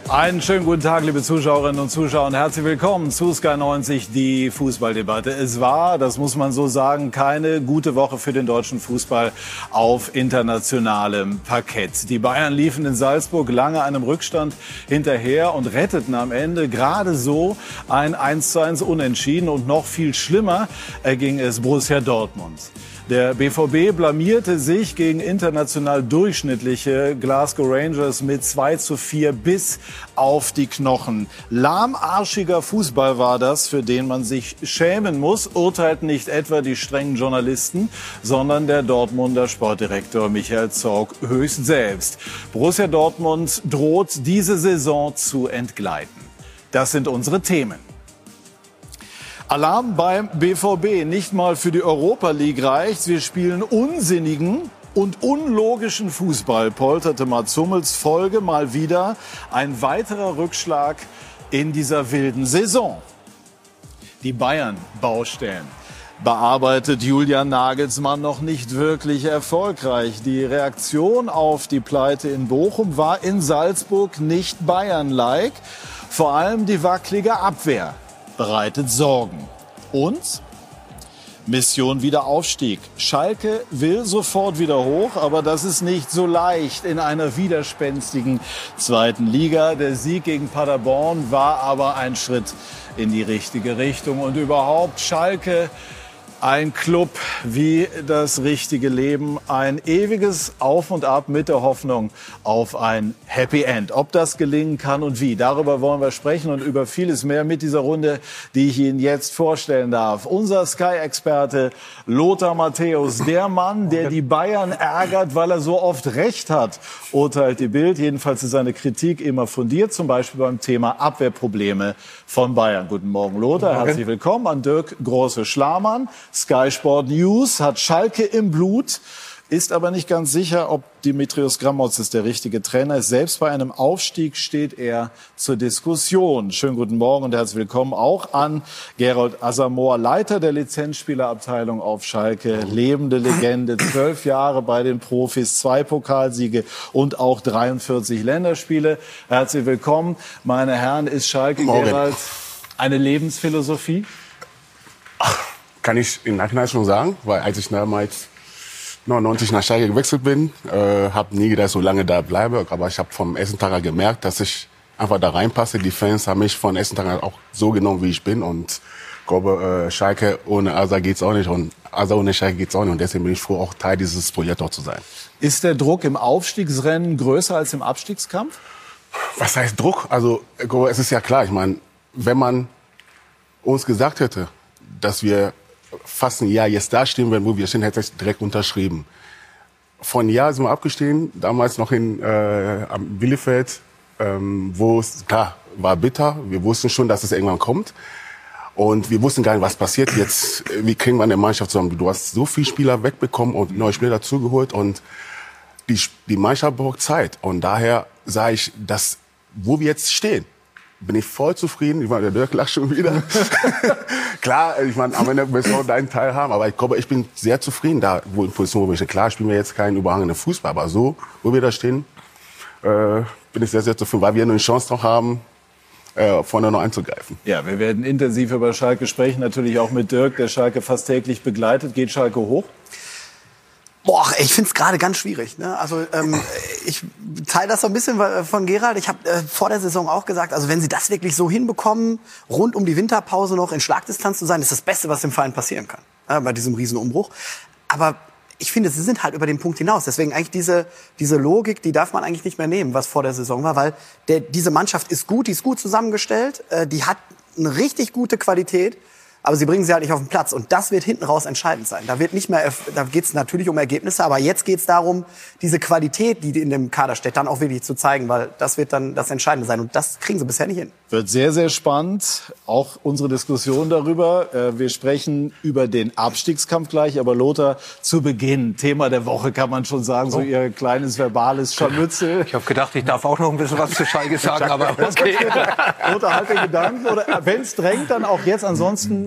Einen schönen guten Tag, liebe Zuschauerinnen und Zuschauer, und herzlich willkommen zu Sky 90, die Fußballdebatte. Es war, das muss man so sagen, keine gute Woche für den deutschen Fußball auf internationalem Parkett. Die Bayern liefen in Salzburg lange einem Rückstand hinterher und retteten am Ende gerade so ein 1:1 Unentschieden. Und noch viel schlimmer erging es Borussia Dortmund. Der BVB blamierte sich gegen international durchschnittliche Glasgow Rangers mit 2:4 bis auf die Knochen. Lahmarschiger Fußball war das, für den man sich schämen muss, urteilten nicht etwa die strengen Journalisten, sondern der Dortmunder Sportdirektor Michael Zorc höchst selbst. Borussia Dortmund droht diese Saison zu entgleiten. Das sind unsere Themen. Alarm beim BVB. Nicht mal für die Europa League reicht's. Wir spielen unsinnigen und unlogischen Fußball, polterte Mats Hummels. Folge mal wieder ein weiterer Rückschlag in dieser wilden Saison. Die Bayern-Baustellen bearbeitet Julian Nagelsmann noch nicht wirklich erfolgreich. Die Reaktion auf die Pleite in Bochum war in Salzburg nicht Bayern-like. Vor allem die wackelige Abwehr bereitet Sorgen. Und Mission Wiederaufstieg. Schalke will sofort wieder hoch, aber das ist nicht so leicht in einer widerspenstigen zweiten Liga. Der Sieg gegen Paderborn war aber ein Schritt in die richtige Richtung. Und überhaupt Schalke, ein Club wie das richtige Leben, ein ewiges Auf und Ab mit der Hoffnung auf ein Happy End. Ob das gelingen kann und wie, darüber wollen wir sprechen und über vieles mehr mit dieser Runde, die ich Ihnen jetzt vorstellen darf. Unser Sky-Experte Lothar Matthäus, der Mann, der die Bayern ärgert, weil er so oft Recht hat, urteilt die Bild. Jedenfalls ist seine Kritik immer fundiert, zum Beispiel beim Thema Abwehrprobleme von Bayern. Guten Morgen, Lothar. Morgen. Herzlich willkommen an Dirk Große-Schlamann. Sky Sport News hat Schalke im Blut, ist aber nicht ganz sicher, ob Dimitrios Gramotzes der richtige Trainer ist. Selbst bei einem Aufstieg steht er zur Diskussion. Schönen guten Morgen und herzlich willkommen auch an Gerold Asamoah, Leiter der Lizenzspielerabteilung auf Schalke. Lebende Legende, 12 Jahre bei den Profis, 2 Pokalsiege und auch 43 Länderspiele. Herzlich willkommen, meine Herren. Ist Schalke, Gerold, eine Lebensphilosophie? Kann ich im Nachhinein schon sagen, weil als ich damals 99 nach Schalke gewechselt bin, habe nie gedacht, so lange da bleibe. Aber ich habe vom ersten Tag an gemerkt, dass ich einfach da reinpasse. Die Fans haben mich von ersten Tag an auch so genommen, wie ich bin. Und ich glaube, Schalke ohne Asa geht's auch nicht und Asa ohne Schalke geht's auch nicht. Und deswegen bin ich froh, auch Teil dieses Projekts auch zu sein. Ist der Druck im Aufstiegsrennen größer als im Abstiegskampf? Was heißt Druck? Also es ist ja klar, ich meine, wenn man uns gesagt hätte, dass wir fast ein Jahr jetzt da stehen werden, wo wir stehen, hätte ich direkt unterschrieben. Vor einem Jahr sind wir abgestiegen, damals noch am Bielefeld, wo es, klar, war bitter. Wir wussten schon, dass es irgendwann kommt. Und wir wussten gar nicht, was passiert jetzt. Wie kriegen wir eine Mannschaft zusammen? Du hast so viele Spieler wegbekommen und neue Spieler dazugeholt. Und die Mannschaft braucht Zeit. Und daher sage ich, dass, wo wir jetzt stehen, bin ich voll zufrieden. Ich meine, der Dirk lacht schon wieder. Klar, ich meine, am Ende wirst du auch deinen Teil haben. Aber ich glaube, ich bin sehr zufrieden da, wo in Position, wo ich klar spielen wir jetzt keinen überragenden Fußball. Aber so, wo wir da stehen, bin ich sehr, sehr zufrieden, weil wir eine Chance noch haben, vorne noch einzugreifen. Ja, wir werden intensiv über Schalke sprechen. Natürlich auch mit Dirk, der Schalke fast täglich begleitet. Geht Schalke hoch? Boah, ich find's gerade ganz schwierig. Ne? Also ich teile das so ein bisschen von Gerald. Ich habe vor der Saison auch gesagt, also wenn sie das wirklich so hinbekommen, rund um die Winterpause noch in Schlagdistanz zu sein, ist das Beste, was dem Verein passieren kann, bei diesem Riesenumbruch. Aber ich finde, sie sind halt über den Punkt hinaus. Deswegen eigentlich diese Logik, die darf man eigentlich nicht mehr nehmen, was vor der Saison war, weil diese Mannschaft ist gut, die ist gut zusammengestellt, die hat eine richtig gute Qualität. Aber sie bringen sie halt nicht auf den Platz. Und das wird hinten raus entscheidend sein. Da geht es natürlich um Ergebnisse, aber jetzt geht es darum, diese Qualität, die in dem Kader steht, dann auch wirklich zu zeigen, weil das wird dann das Entscheidende sein. Und das kriegen sie bisher nicht hin. Wird sehr, sehr spannend. Auch unsere Diskussion darüber. Wir sprechen über den Abstiegskampf gleich. Aber Lothar, zu Beginn, Thema der Woche kann man schon sagen, so Ihr kleines verbales Scharmützel. Ich habe gedacht, ich darf auch noch ein bisschen was zu Schalke sagen, aber okay. Lothar, halt den Gedanken. Oder wenn es drängt, dann auch jetzt. Ansonsten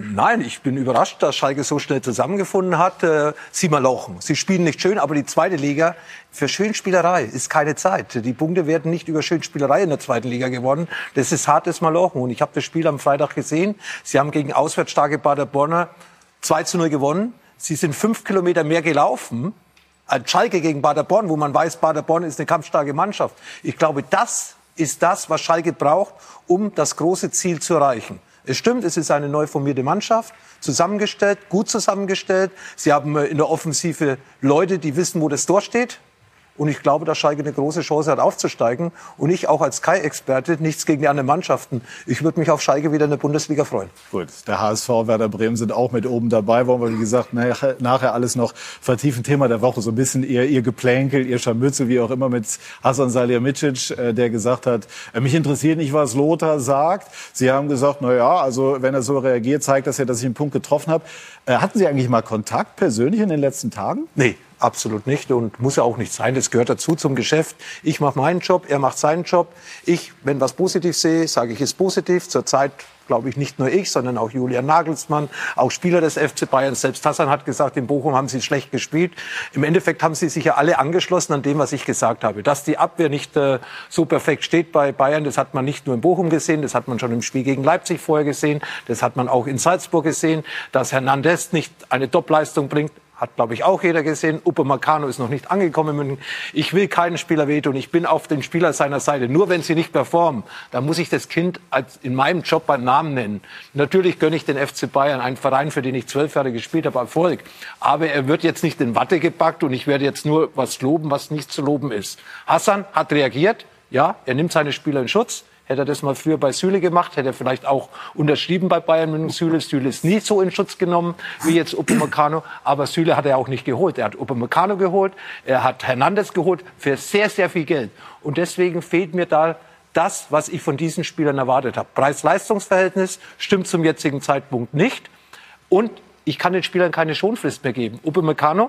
Nein, ich bin überrascht, dass Schalke so schnell zusammengefunden hat. Sie malochen. Sie spielen nicht schön, aber die zweite Liga, für Schönspielerei ist keine Zeit. Die Punkte werden nicht über Schönspielerei in der zweiten Liga gewonnen. Das ist hartes Malochen. Und ich habe das Spiel am Freitag gesehen. Sie haben gegen auswärts starke Paderborner 2:0 gewonnen. Sie sind 5 Kilometer mehr gelaufen als Schalke gegen Paderborn, wo man weiß, Paderborn ist eine kampfstarke Mannschaft. Ich glaube, das ist das, was Schalke braucht, um das große Ziel zu erreichen. Es stimmt, es ist eine neu formierte Mannschaft, zusammengestellt, gut zusammengestellt. Sie haben in der Offensive Leute, die wissen, wo das Tor steht. Und ich glaube, dass Schalke eine große Chance hat, aufzusteigen. Und ich auch als Sky-Experte, nichts gegen die anderen Mannschaften. Ich würde mich auf Schalke wieder in der Bundesliga freuen. Gut, der HSV, Werder Bremen sind auch mit oben dabei. Wollen wir, wie gesagt, nachher alles noch vertiefen. Thema der Woche, so ein bisschen ihr Geplänkel, ihr Scharmützel, wie auch immer, mit Hasan Salihamidzic, der gesagt hat, mich interessiert nicht, was Lothar sagt. Sie haben gesagt, na ja, also wenn er so reagiert, zeigt das ja, dass ich einen Punkt getroffen habe. Hatten Sie eigentlich mal Kontakt persönlich in den letzten Tagen? Nee. Absolut nicht und muss ja auch nicht sein. Das gehört dazu zum Geschäft. Ich mache meinen Job, er macht seinen Job. Ich, wenn was positiv sehe, sage ich, ist positiv. Zurzeit glaube ich nicht nur ich, sondern auch Julian Nagelsmann, auch Spieler des FC Bayern. Selbst Hasan hat gesagt, in Bochum haben sie schlecht gespielt. Im Endeffekt haben sie sich ja alle angeschlossen an dem, was ich gesagt habe. Dass die Abwehr nicht so perfekt steht bei Bayern, das hat man nicht nur in Bochum gesehen, das hat man schon im Spiel gegen Leipzig vorher gesehen, das hat man auch in Salzburg gesehen. Dass Hernandez nicht eine Top-Leistung bringt, hat, glaube ich, auch jeder gesehen. Upamecano ist noch nicht angekommen in München. Ich will keinen Spieler wehtun. Ich bin auf den Spieler seiner Seite. Nur wenn sie nicht performen, dann muss ich das Kind in meinem Job beim Namen nennen. Natürlich gönne ich den FC Bayern, einen Verein, für den ich 12 Jahre gespielt habe, Erfolg. Aber er wird jetzt nicht in Watte gepackt und ich werde jetzt nur was loben, was nicht zu loben ist. Hasan hat reagiert. Ja, er nimmt seine Spieler in Schutz. Hätte er das mal früher bei Süle gemacht, hätte er vielleicht auch unterschrieben bei Bayern München. Süle ist nie so in Schutz genommen wie jetzt Upamecano. Aber Süle hat er auch nicht geholt. Er hat Upamecano geholt, er hat Hernandez geholt für sehr, sehr viel Geld. Und deswegen fehlt mir da das, was ich von diesen Spielern erwartet habe. Preis-Leistungs-Verhältnis stimmt zum jetzigen Zeitpunkt nicht. Und ich kann den Spielern keine Schonfrist mehr geben. Upamecano,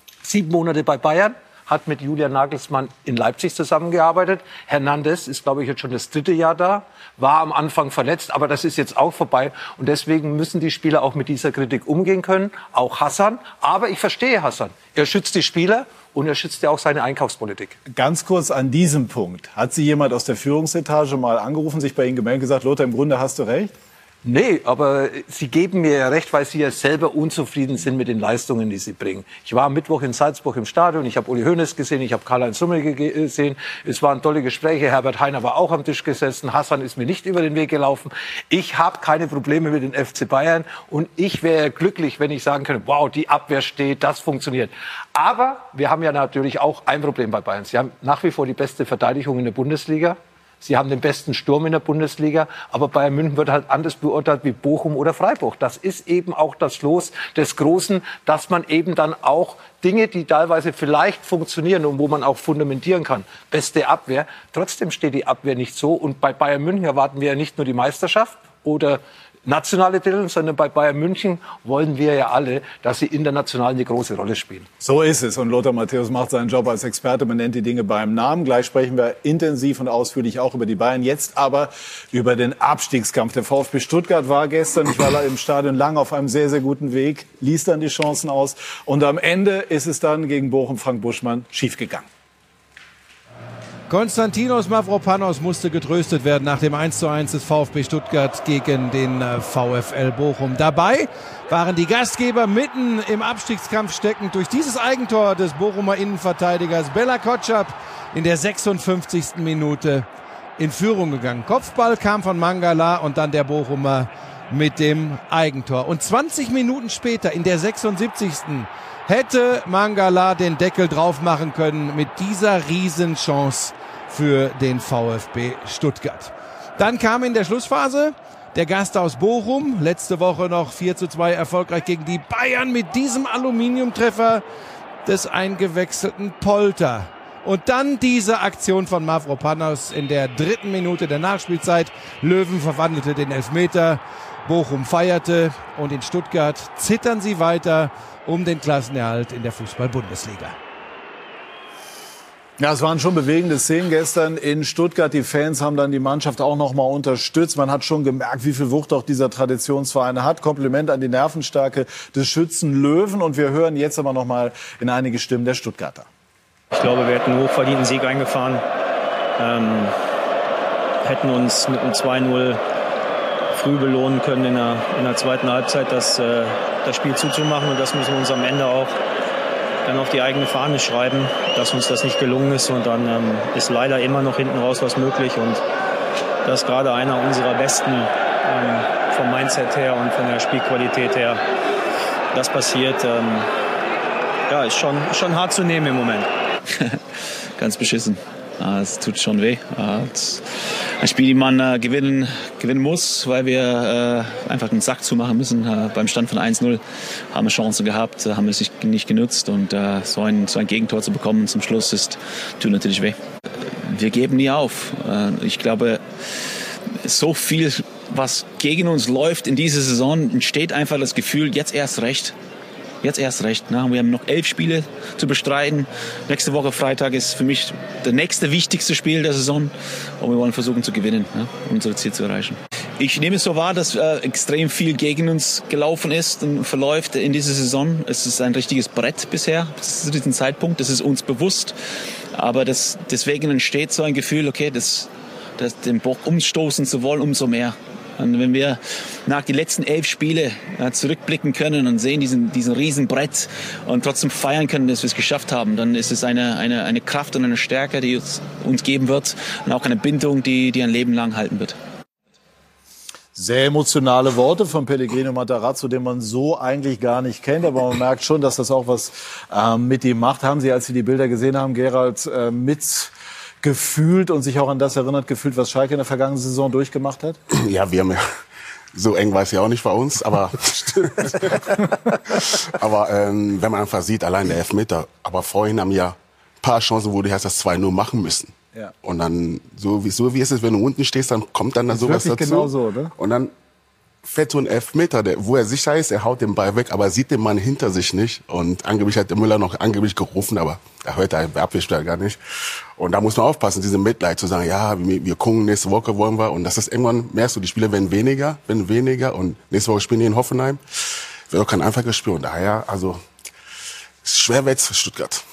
7 Monate bei Bayern, hat mit Julian Nagelsmann in Leipzig zusammengearbeitet. Hernandez ist, glaube ich, jetzt schon das 3. Jahr da, war am Anfang verletzt, aber das ist jetzt auch vorbei. Und deswegen müssen die Spieler auch mit dieser Kritik umgehen können, auch Hasan. Aber ich verstehe Hasan. Er schützt die Spieler und er schützt ja auch seine Einkaufspolitik. Ganz kurz an diesem Punkt. Hat Sie jemand aus der Führungsetage mal angerufen, sich bei Ihnen gemeldet und gesagt, Lothar, im Grunde hast du recht? Nee, aber Sie geben mir ja recht, weil Sie ja selber unzufrieden sind mit den Leistungen, die Sie bringen. Ich war am Mittwoch in Salzburg im Stadion, ich habe Uli Hoeneß gesehen, ich habe Karl-Heinz Rummenigge gesehen. Es waren tolle Gespräche, Herbert Hainer war auch am Tisch gesessen, Hasan ist mir nicht über den Weg gelaufen. Ich habe keine Probleme mit den FC Bayern und ich wäre glücklich, wenn ich sagen könnte, wow, die Abwehr steht, das funktioniert. Aber wir haben ja natürlich auch ein Problem bei Bayern. Sie haben nach wie vor die beste Verteidigung in der Bundesliga. Sie haben den besten Sturm in der Bundesliga, aber Bayern München wird halt anders beurteilt wie Bochum oder Freiburg. Das ist eben auch das Los des Großen, dass man eben dann auch Dinge, die teilweise vielleicht funktionieren und wo man auch fundamentieren kann, beste Abwehr, trotzdem steht die Abwehr nicht so. Und bei Bayern München erwarten wir ja nicht nur die Meisterschaft oder nationale Titel, sondern bei Bayern München wollen wir ja alle, dass sie international eine große Rolle spielen. So ist es. Und Lothar Matthäus macht seinen Job als Experte, man nennt die Dinge beim Namen. Gleich sprechen wir intensiv und ausführlich auch über die Bayern. Jetzt aber über den Abstiegskampf. Der VfB Stuttgart war gestern, ich war im Stadion lang auf einem sehr, sehr guten Weg, ließ dann die Chancen aus. Und am Ende ist es dann gegen Bochum Frank Buschmann schiefgegangen. Konstantinos Mavropanos musste getröstet werden nach dem 1:1 des VfB Stuttgart gegen den VfL Bochum. Dabei waren die Gastgeber mitten im Abstiegskampf steckend durch dieses Eigentor des Bochumer Innenverteidigers Bela Kotschap in der 56. Minute in Führung gegangen. Kopfball kam von Mangala und dann der Bochumer mit dem Eigentor. Und 20 Minuten später, in der 76. hätte Mangala den Deckel drauf machen können mit dieser Riesenchance für den VfB Stuttgart. Dann kam in der Schlussphase der Gast aus Bochum, letzte Woche noch 4:2 erfolgreich gegen die Bayern mit diesem Aluminiumtreffer des eingewechselten Polter. Und dann diese Aktion von Mavropanos in der 3. Minute der Nachspielzeit. Löwen verwandelte den Elfmeter, Bochum feierte und in Stuttgart zittern sie weiter um den Klassenerhalt in der Fußball-Bundesliga. Ja, es waren schon bewegende Szenen gestern in Stuttgart. Die Fans haben dann die Mannschaft auch noch mal unterstützt. Man hat schon gemerkt, wie viel Wucht auch dieser Traditionsverein hat. Kompliment an die Nervenstärke des Schützen Löwen. Und wir hören jetzt aber noch mal in einige Stimmen der Stuttgarter. Ich glaube, wir hätten einen hochverdienten Sieg eingefahren. Hätten uns mit einem 2-0 früh belohnen können in der zweiten Halbzeit, das Spiel zuzumachen. Und das müssen wir uns am Ende auch dann auf die eigene Fahne schreiben, dass uns das nicht gelungen ist. Und dann ist leider immer noch hinten raus was möglich. Und das ist gerade einer unserer besten vom Mindset her und von der Spielqualität her. Das passiert, ja, ist schon hart zu nehmen im Moment. Ganz beschissen. Es tut schon weh. Ein Spiel, die man gewinnen muss, weil wir einfach den Sack zumachen müssen. Beim Stand von 1-0 haben wir Chancen gehabt, haben es nicht genutzt. Und so ein Gegentor zu bekommen zum Schluss tut natürlich weh. Wir geben nie auf. Ich glaube, so viel, was gegen uns läuft in dieser Saison, entsteht einfach das Gefühl, jetzt erst recht. Jetzt erst recht. Ne? Wir haben noch 11 Spiele zu bestreiten. Nächste Woche Freitag ist für mich das nächste wichtigste Spiel der Saison. Und wir wollen versuchen zu gewinnen, ne? Um unser Ziel zu erreichen. Ich nehme es so wahr, dass extrem viel gegen uns gelaufen ist und verläuft in dieser Saison. Es ist ein richtiges Brett bisher zu diesem Zeitpunkt. Das ist uns bewusst. Aber deswegen entsteht so ein Gefühl, okay, den Bock umstoßen zu wollen, umso mehr. Und wenn wir nach den letzten 11 Spiele zurückblicken können und sehen diesen Riesenbrett und trotzdem feiern können, dass wir es geschafft haben, dann ist es eine Kraft und eine Stärke, die uns geben wird und auch eine Bindung, die ein Leben lang halten wird. Sehr emotionale Worte von Pellegrino Matarazzo, den man so eigentlich gar nicht kennt. Aber man merkt schon, dass das auch was mit ihm macht. Haben Sie, als Sie die Bilder gesehen haben, Gerald, mitgefühlt und sich auch an das erinnert gefühlt, was Schalke in der vergangenen Saison durchgemacht hat? Ja, wir haben ja, so eng war es ja auch nicht bei uns, aber, aber wenn man einfach sieht, allein der Elfmeter, aber vorhin haben ja ein paar Chancen, wo du hast das 2-0 machen müssen. Ja. Und dann, so wie es ist, wenn du unten stehst, dann kommt dann da sowas dazu. Genau so, ne? Und dann fährt so ein Elfmeter, wo er sicher ist, er haut den Ball weg, aber sieht den Mann hinter sich nicht. Und angeblich hat der Müller noch gerufen, aber er hört der Abwehrspieler gar nicht. Und da muss man aufpassen, diese Mitleid zu sagen, ja, wir gucken, nächste Woche wollen wir. Und das ist irgendwann, merkst du, die Spieler werden weniger und nächste Woche spielen die in Hoffenheim. Wird auch kein einfaches Spiel. Und daher, also, ist schwer jetzt für Stuttgart.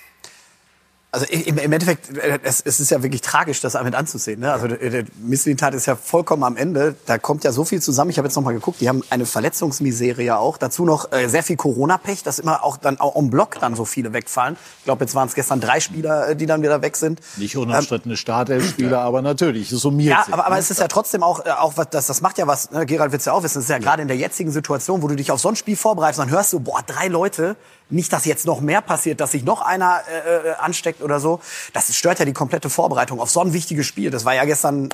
Also im Endeffekt, es ist ja wirklich tragisch, das damit anzusehen. Ne? Also der Mislintat ist ja vollkommen am Ende. Da kommt ja so viel zusammen. Ich habe jetzt noch mal geguckt, die haben eine Verletzungsmisere ja auch. Dazu noch sehr viel Corona-Pech, dass immer auch dann en bloc dann so viele wegfallen. Ich glaube, jetzt waren es gestern 3 Spieler, die dann wieder weg sind. Nicht unumstrittene Startelf-Spieler, aber natürlich, es summiert sich. Aber es ist ja trotzdem auch was, das macht ja was, ne? Gerald wird's ja auch wissen, das ist ja gerade in der jetzigen Situation, wo du dich auf so ein Spiel vorbereitest, dann hörst du, 3 Leute, nicht, dass jetzt noch mehr passiert, dass sich noch einer ansteckt oder so. Das stört ja die komplette Vorbereitung auf so ein wichtiges Spiel. Das war ja gestern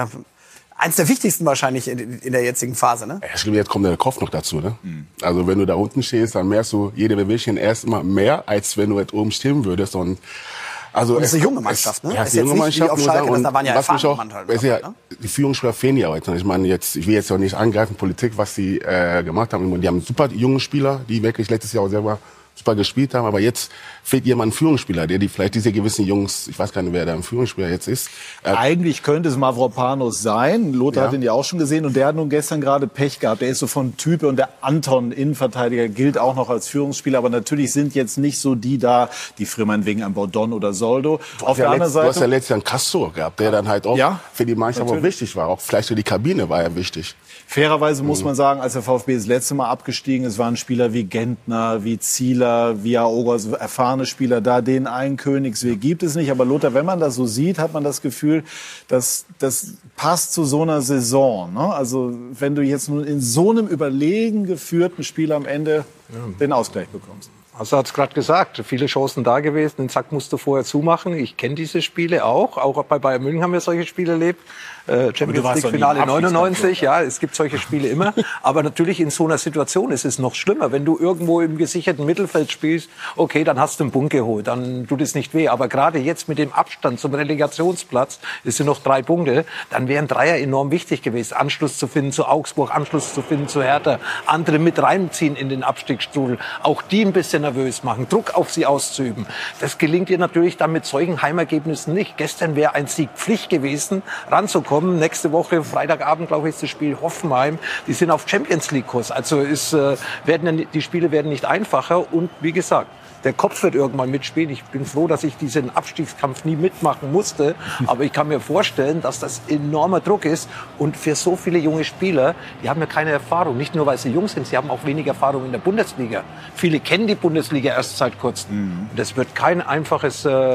eins der wichtigsten wahrscheinlich in der jetzigen Phase. Ne? Ja, jetzt kommt der Kopf noch dazu. Ne? Also wenn du da unten stehst, dann merkst du jede Bewegung erstmal mehr, als wenn du jetzt oben stehen würdest. Und also es ist eine junge Mannschaft, ne? Ja, es ist eine junge Mannschaft. Auf Schalke, da waren ja erfahrene Mannschaften. Ja, die Führungsspieler fehlen ja heute. Ich meine, ich will jetzt auch nicht angreifen, Politik, was sie gemacht haben. Die haben super junge Spieler, die wirklich letztes Jahr auch selber super gespielt haben, aber jetzt fehlt jemand ein Führungsspieler, der vielleicht diese gewissen Jungs, ich weiß gar nicht, wer da ein Führungsspieler jetzt ist. Eigentlich könnte es Mavropanos sein. Lothar hat ihn ja auch schon gesehen und der hat nun gestern gerade Pech gehabt. Der ist so von Typ und der Anton, Innenverteidiger, gilt auch noch als Führungsspieler, aber natürlich sind jetzt nicht so die da, die Frimmern wegen an Bordon oder Soldo. Auf der anderen Seite. Du hast ja letztes Jahr einen Castro gehabt, der dann halt auch für die Mannschaft auch wichtig war. Auch vielleicht für die Kabine war er wichtig. Fairerweise muss man sagen, als der VfB das letzte Mal abgestiegen ist, waren Spieler wie Gentner, wie Zieler, wie Aogos, erfahrene Spieler da. Den einen Königsweg gibt es nicht. Aber Lothar, wenn man das so sieht, hat man das Gefühl, dass das passt zu so einer Saison. Ne? Also wenn du jetzt nun in so einem überlegen geführten Spiel am Ende den Ausgleich bekommst. Also hat es gerade gesagt, viele Chancen da gewesen, den Sack musst du vorher zumachen. Ich kenne diese Spiele auch bei Bayern München haben wir solche Spiele erlebt. Champions League Finale 99, ja, es gibt solche Spiele immer. Aber natürlich in so einer Situation ist es noch schlimmer. Wenn du irgendwo im gesicherten Mittelfeld spielst, okay, dann hast du einen Punkt geholt, dann tut es nicht weh. Aber gerade jetzt mit dem Abstand zum Relegationsplatz, es sind noch 3 Punkte, dann wären Dreier enorm wichtig gewesen. Anschluss zu finden zu Augsburg, Anschluss zu finden zu Hertha, andere mit reinziehen in den Abstiegsstrudel, auch die ein bisschen nervös machen, Druck auf sie auszuüben. Das gelingt ihr natürlich dann mit solchen Heimergebnissen nicht. Gestern wäre ein Sieg Pflicht gewesen, ranzukommen. Nächste Woche, Freitagabend, glaube ich, ist das Spiel Hoffenheim. Die sind auf Champions-League-Kurs. Also die Spiele werden nicht einfacher. Und wie gesagt, der Kopf wird irgendwann mitspielen. Ich bin froh, dass ich diesen Abstiegskampf nie mitmachen musste. Aber ich kann mir vorstellen, dass das enormer Druck ist. Und für so viele junge Spieler, die haben ja keine Erfahrung. Nicht nur, weil sie jung sind, sie haben auch wenig Erfahrung in der Bundesliga. Viele kennen die Bundesliga erst seit kurzem. Und es wird keine einfachen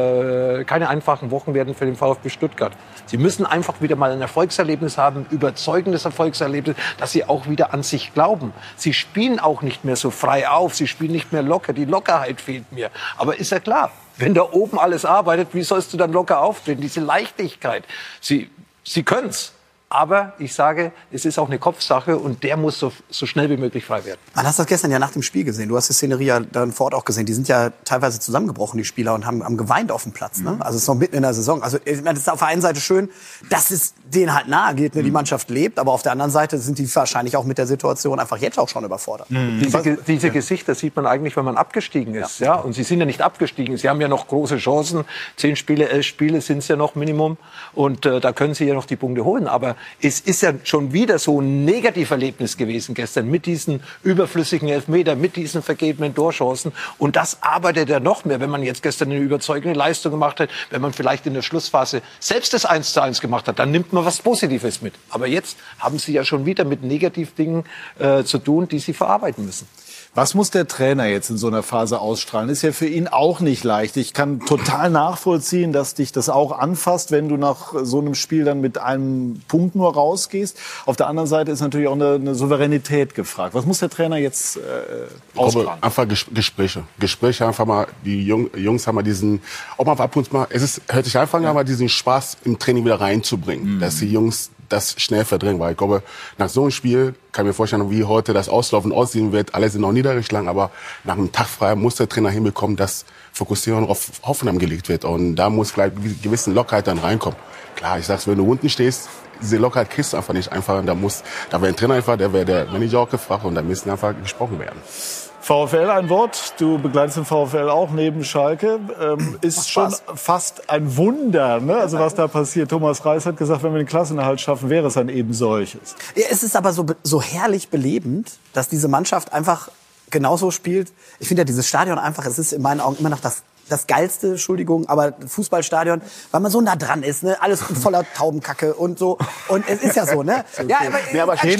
Wochen werden für den VfB Stuttgart. Sie müssen einfach wieder mal ein Erfolgserlebnis haben, überzeugendes Erfolgserlebnis, dass sie auch wieder an sich glauben. Sie spielen auch nicht mehr so frei auf, sie spielen nicht mehr locker. Die Lockerheit fehlt mir. Aber ist ja klar, wenn da oben alles arbeitet, wie sollst du dann locker auftreten? Diese Leichtigkeit. Sie können's. Aber ich sage, es ist auch eine Kopfsache und der muss so schnell wie möglich frei werden. Man hast das gestern ja nach dem Spiel gesehen. Du hast die Szenerie ja dann vor Ort auch gesehen. Die sind ja teilweise zusammengebrochen, die Spieler, und haben geweint auf dem Platz. Ne? Also es ist noch mitten in der Saison. Also ich meine, das ist auf der einen Seite schön, dass es denen halt nahe geht, ne? Die Mannschaft lebt. Aber auf der anderen Seite sind die wahrscheinlich auch mit der Situation einfach jetzt auch schon überfordert. Diese Gesichter sieht man eigentlich, wenn man abgestiegen ist. Ja. Und sie sind ja nicht abgestiegen. Sie haben ja noch große Chancen. 10 Spiele, 11 Spiele sind es ja noch Minimum. Und da können sie ja noch die Punkte holen. Aber es ist ja schon wieder so ein Negativerlebnis gewesen gestern mit diesen überflüssigen Elfmeter, mit diesen vergebenen Torchancen. Und das arbeitet ja noch mehr, wenn man jetzt gestern eine überzeugende Leistung gemacht hat, wenn man vielleicht in der Schlussphase selbst das 1:1 gemacht hat, dann nimmt man was Positives mit. Aber jetzt haben sie ja schon wieder mit Negativdingen zu tun, die sie verarbeiten müssen. Was muss der Trainer jetzt in so einer Phase ausstrahlen? Ist ja für ihn auch nicht leicht. Ich kann total nachvollziehen, dass dich das auch anfasst, wenn du nach so einem Spiel dann mit einem Punkt nur rausgehst. Auf der anderen Seite ist natürlich auch eine Souveränität gefragt. Was muss der Trainer jetzt ausstrahlen? Einfach Gespräche. Gespräche, einfach mal, die Jungs haben mal diesen, auch mal ab und zu mal, hört sich einfach an, mal diesen Spaß im Training wieder reinzubringen. Dass die Jungs das schnell verdrängen, weil ich glaube, nach so einem Spiel kann ich mir vorstellen, wie heute das Auslaufen aussehen wird. Alle sind noch niedergeschlagen, aber nach einem Tag frei muss der Trainer hinbekommen, dass Fokussierung auf Hoffenheim gelegt wird. Und da muss vielleicht eine gewisse Lockerheit dann reinkommen. Klar, ich sag's, wenn du unten stehst, diese Lockerheit kriegst du einfach nicht einfach. Da wäre ein Trainer einfach, da wäre der Manager auch gefragt und da müssen einfach gesprochen werden. VfL, ein Wort. Du begleitest den VfL auch neben Schalke. Ist schon fast ein Wunder, ne? Also was da passiert. Thomas Reis hat gesagt, wenn wir den Klassenerhalt schaffen, wäre es ein eben solches. Ja, es ist aber so herrlich belebend, dass diese Mannschaft einfach genauso spielt. Ich finde ja dieses Stadion einfach, es ist in meinen Augen immer noch das geilste, Entschuldigung, aber Fußballstadion, weil man so nah dran ist, ne? Alles voller Taubenkacke und so. Und es ist ja so, ne? Ja, aber es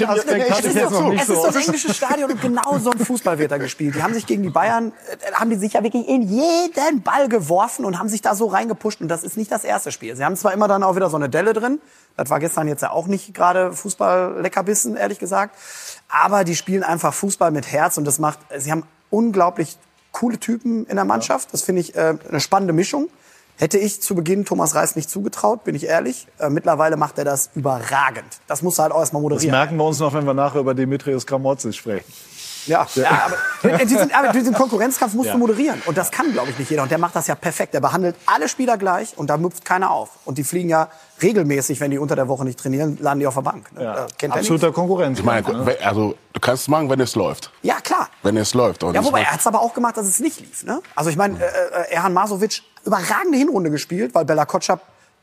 ist so ein englisches Stadion und genau so ein Fußball wird da gespielt. Die haben sich gegen die Bayern, haben die sich ja wirklich in jeden Ball geworfen und haben sich da so reingepusht. Und das ist nicht das erste Spiel. Sie haben zwar immer dann auch wieder so eine Delle drin. Das war gestern jetzt ja auch nicht gerade Fußball-Leckerbissen, ehrlich gesagt. Aber die spielen einfach Fußball mit Herz und sie haben unglaublich coole Typen in der Mannschaft. Das finde ich eine spannende Mischung. Hätte ich zu Beginn Thomas Reis nicht zugetraut, bin ich ehrlich. Mittlerweile macht er das überragend. Das muss er halt auch erstmal moderieren. Das merken wir uns noch, wenn wir nachher über Dimitrios Gramotzis sprechen. Ja, aber diesen Konkurrenzkampf musst du moderieren. Und das kann, glaube ich, nicht jeder. Und der macht das ja perfekt. Er behandelt alle Spieler gleich und da müpft keiner auf. Und die fliegen ja regelmäßig, wenn die unter der Woche nicht trainieren, landen die auf der Bank. Ja. Absoluter Konkurrenz. Ich meine, also du kannst es machen, wenn es läuft. Ja, klar. Wenn es läuft. Und ja, wobei er hat es aber auch gemacht, dass es nicht lief. Ne? Also ich meine, Erhan Masovic, überragende Hinrunde gespielt, weil Bella Kotschap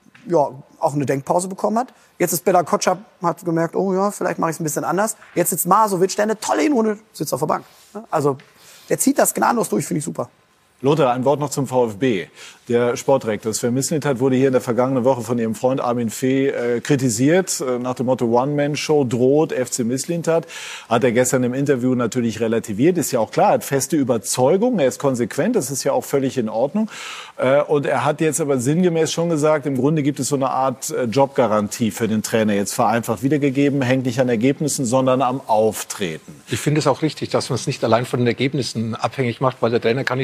auch eine Denkpause bekommen hat. Jetzt ist Bella Kotschap, hat gemerkt, oh ja, vielleicht mache ich es ein bisschen anders. Jetzt sitzt Masovic, der eine tolle Hinrunde sitzt auf der Bank. Also der zieht das gnadenlos durch, finde ich super. Lothar, ein Wort noch zum VfB. Der Sportdirektor Sven Mislintat wurde hier in der vergangenen Woche von ihrem Freund Armin Fee kritisiert. Nach dem Motto One-Man-Show droht FC Mislintat. Hat er gestern im Interview natürlich relativiert. Ist ja auch klar, er hat feste Überzeugung, er ist konsequent, das ist ja auch völlig in Ordnung. Und er hat jetzt aber sinngemäß schon gesagt, im Grunde gibt es so eine Art Jobgarantie für den Trainer. Jetzt vereinfacht wiedergegeben, hängt nicht an Ergebnissen, sondern am Auftreten. Ich finde es auch richtig, dass man es nicht allein von den Ergebnissen abhängig macht, weil der Trainer kann nichts dafür,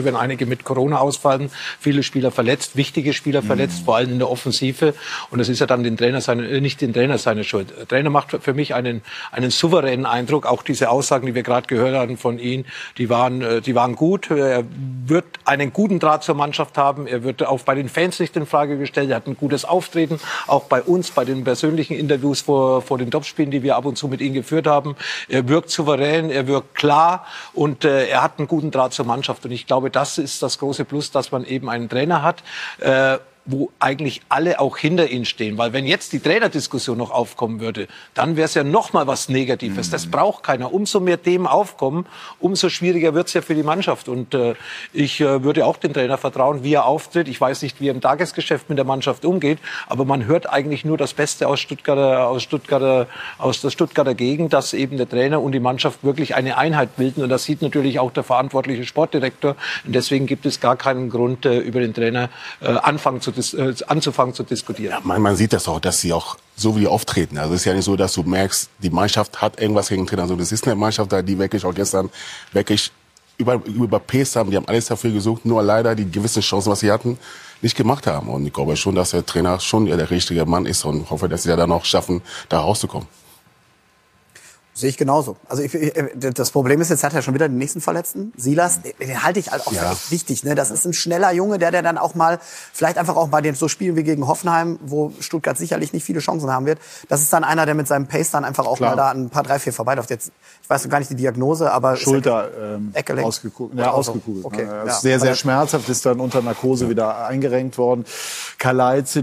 wenn einige mit Corona ausfallen, viele Spieler verletzt, wichtige Spieler verletzt, vor allem in der Offensive. Und das ist ja dann nicht den Trainer seine Schuld. Der Trainer macht für mich einen souveränen Eindruck. Auch diese Aussagen, die wir gerade gehört haben von ihm, die waren gut. Er wird einen guten Draht zur Mannschaft haben. Er wird auch bei den Fans nicht in Frage gestellt. Er hat ein gutes Auftreten, auch bei uns, bei den persönlichen Interviews vor den Topspielen, die wir ab und zu mit ihm geführt haben. Er wirkt souverän, er wirkt klar und er hat einen guten Draht zur Mannschaft. Und ich glaube, das ist das große Plus, dass man eben einen Trainer hat, wo eigentlich alle auch hinter ihnen stehen. Weil wenn jetzt die Trainerdiskussion noch aufkommen würde, dann wäre es ja noch mal was Negatives. Das braucht keiner. Umso mehr Themen aufkommen, umso schwieriger wird es ja für die Mannschaft. Und ich würde auch den Trainer vertrauen, wie er auftritt. Ich weiß nicht, wie er im Tagesgeschäft mit der Mannschaft umgeht, aber man hört eigentlich nur das Beste aus der Stuttgarter Gegend, dass eben der Trainer und die Mannschaft wirklich eine Einheit bilden. Und das sieht natürlich auch der verantwortliche Sportdirektor. Und deswegen gibt es gar keinen Grund, über den Trainer anzufangen zu diskutieren. Ja, man sieht das auch, dass sie auch so wie auftreten. Also es ist ja nicht so, dass du merkst, die Mannschaft hat irgendwas gegen den Trainer. Also das ist eine Mannschaft, die wirklich auch gestern wirklich überpaced haben. Die haben alles dafür gesucht, nur leider die gewissen Chancen, was sie hatten, nicht gemacht haben. Und ich glaube schon, dass der Trainer schon der richtige Mann ist und hoffe, dass sie dann auch schaffen, da rauszukommen. Sehe ich genauso. Also das Problem ist, jetzt hat er schon wieder den nächsten Verletzten. Silas, den halte ich halt auch für echt wichtig. Ne? Das ist ein schneller Junge, der dann auch mal, vielleicht einfach auch bei den so Spielen wie gegen Hoffenheim, wo Stuttgart sicherlich nicht viele Chancen haben wird. Das ist dann einer, der mit seinem Pace dann einfach auch mal da ein paar 3-4 vorbeiläuft. Jetzt, ich weiß noch gar nicht die Diagnose, aber Schulter ausgekugelt. Ja, ausgekugelt. Okay. Ja, ist sehr, sehr schmerzhaft, ist dann unter Narkose wieder eingerenkt worden. Kalajdzic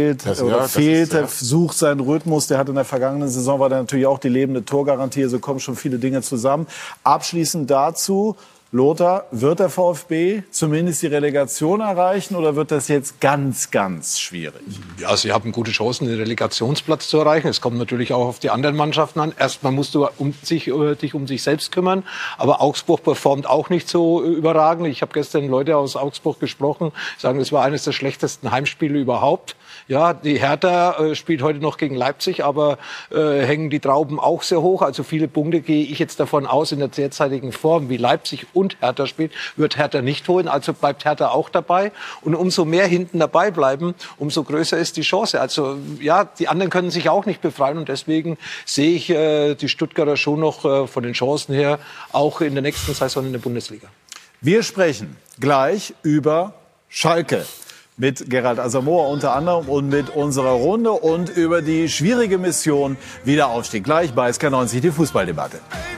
sucht seinen Rhythmus. Der hat in der vergangenen Saison, war der natürlich auch die lebende Torgarantie. So kommen schon viele Dinge zusammen. Abschließend dazu, Lothar, wird der VfB zumindest die Relegation erreichen oder wird das jetzt ganz, ganz schwierig? Ja, sie haben gute Chancen, den Relegationsplatz zu erreichen. Es kommt natürlich auch auf die anderen Mannschaften an. Erstmal musst du dich um sich selbst kümmern. Aber Augsburg performt auch nicht so überragend. Ich habe gestern Leute aus Augsburg gesprochen, sagen, es war eines der schlechtesten Heimspiele überhaupt. Ja, die Hertha spielt heute noch gegen Leipzig, aber hängen die Trauben auch sehr hoch. Also viele Punkte gehe ich jetzt davon aus, in der derzeitigen Form, wie Leipzig und Hertha spielt, wird Hertha nicht holen. Also bleibt Hertha auch dabei. Und umso mehr hinten dabei bleiben, umso größer ist die Chance. Also ja, die anderen können sich auch nicht befreien. Und deswegen sehe ich die Stuttgarter schon noch von den Chancen her auch in der nächsten Saison in der Bundesliga. Wir sprechen gleich über Schalke. Mit Gerald Asamoah unter anderem und mit unserer Runde und über die schwierige Mission Wiederaufstieg. Gleich bei SK90, die Fußballdebatte.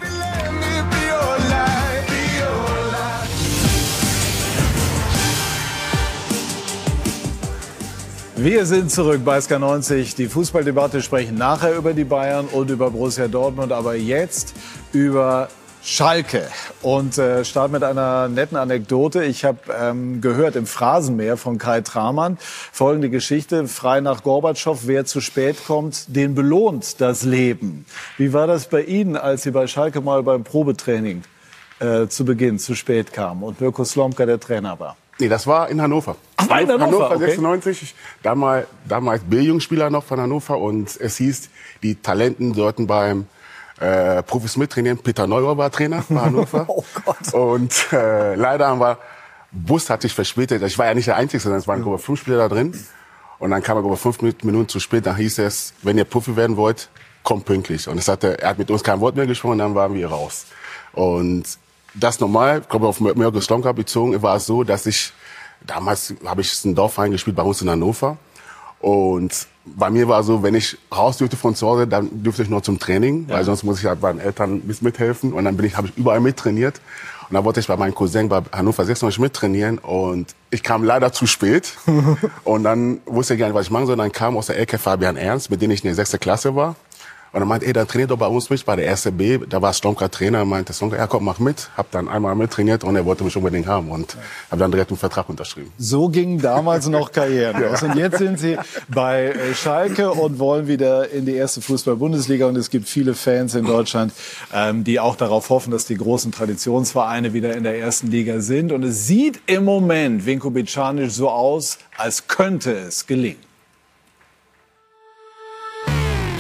Wir sind zurück bei SK90, die Fußballdebatte, sprechen nachher über die Bayern und über Borussia Dortmund, aber jetzt über Schalke und start mit einer netten Anekdote. Ich habe gehört im Phrasenmäher von Kai Tramann folgende Geschichte: Frei nach Gorbatschow, wer zu spät kommt, den belohnt das Leben. Wie war das bei Ihnen, als Sie bei Schalke mal beim Probetraining zu Beginn zu spät kamen und Mirko Slomka der Trainer war? Nee, das war in Hannover. Ach, in Hannover, okay. 96, damals B-Jugendspieler noch von Hannover und es hieß, die Talenten sollten beim Profis mittrainieren. Peter Neuer war Trainer bei Hannover. Oh Gott. Und leider haben wir, Bus hat sich verspätet. Ich war ja nicht der Einzige, sondern es waren über 5 Spieler da drin. Und dann kam er über 5 Minuten zu spät. Dann hieß es, wenn ihr Profi werden wollt, kommt pünktlich. Und er hat mit uns kein Wort mehr gesprochen, und dann waren wir raus. Und das normal, ich glaube auf Mirko Slomka bezogen, war es so, dass damals habe ich einen Dorfverein gespielt bei uns in Hannover. Und bei mir war so, wenn ich raus dürfte von zu Hause, dann dürfte ich nur zum Training, weil sonst muss ich halt meinen Eltern mithelfen. Und dann habe ich überall mittrainiert. Und dann wollte ich bei meinem Cousin bei Hannover 96 mittrainieren. Und ich kam leider zu spät. Und dann wusste ich gar nicht, was ich machen soll. Dann kam aus der Ecke Fabian Ernst, mit dem ich in der 6. Klasse war. Und er meinte, dann trainiert doch bei uns mit, bei der 1. B. Da war Slomka Trainer. Er meinte, Slomka, ja komm, mach mit. Hab dann einmal mittrainiert und er wollte mich unbedingt haben. Und habe dann direkt einen Vertrag unterschrieben. So gingen damals noch Karrieren aus. Und jetzt sind Sie bei Schalke und wollen wieder in die erste Fußball-Bundesliga. Und es gibt viele Fans in Deutschland, die auch darauf hoffen, dass die großen Traditionsvereine wieder in der ersten Liga sind. Und es sieht im Moment, Vinko Bičanić, so aus, als könnte es gelingen.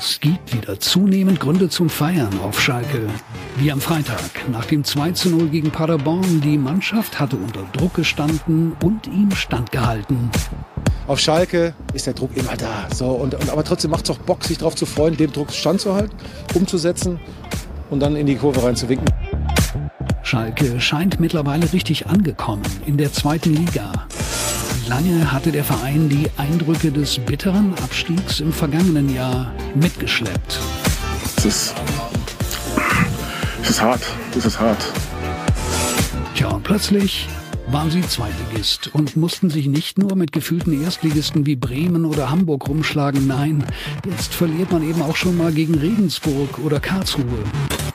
Es gibt wieder zunehmend Gründe zum Feiern auf Schalke. Wie am Freitag nach dem 2:0 gegen Paderborn. Die Mannschaft hatte unter Druck gestanden und ihm standgehalten. Auf Schalke ist der Druck immer da. So, aber trotzdem macht es auch Bock, sich darauf zu freuen, dem Druck standzuhalten, umzusetzen und dann in die Kurve reinzuwinken. Schalke scheint mittlerweile richtig angekommen in der 2. Liga. Lange hatte der Verein die Eindrücke des bitteren Abstiegs im vergangenen Jahr mitgeschleppt. Das ist hart. Das ist hart. Tja, und plötzlich waren sie Zweitligist und mussten sich nicht nur mit gefühlten Erstligisten wie Bremen oder Hamburg rumschlagen. Nein, jetzt verliert man eben auch schon mal gegen Regensburg oder Karlsruhe.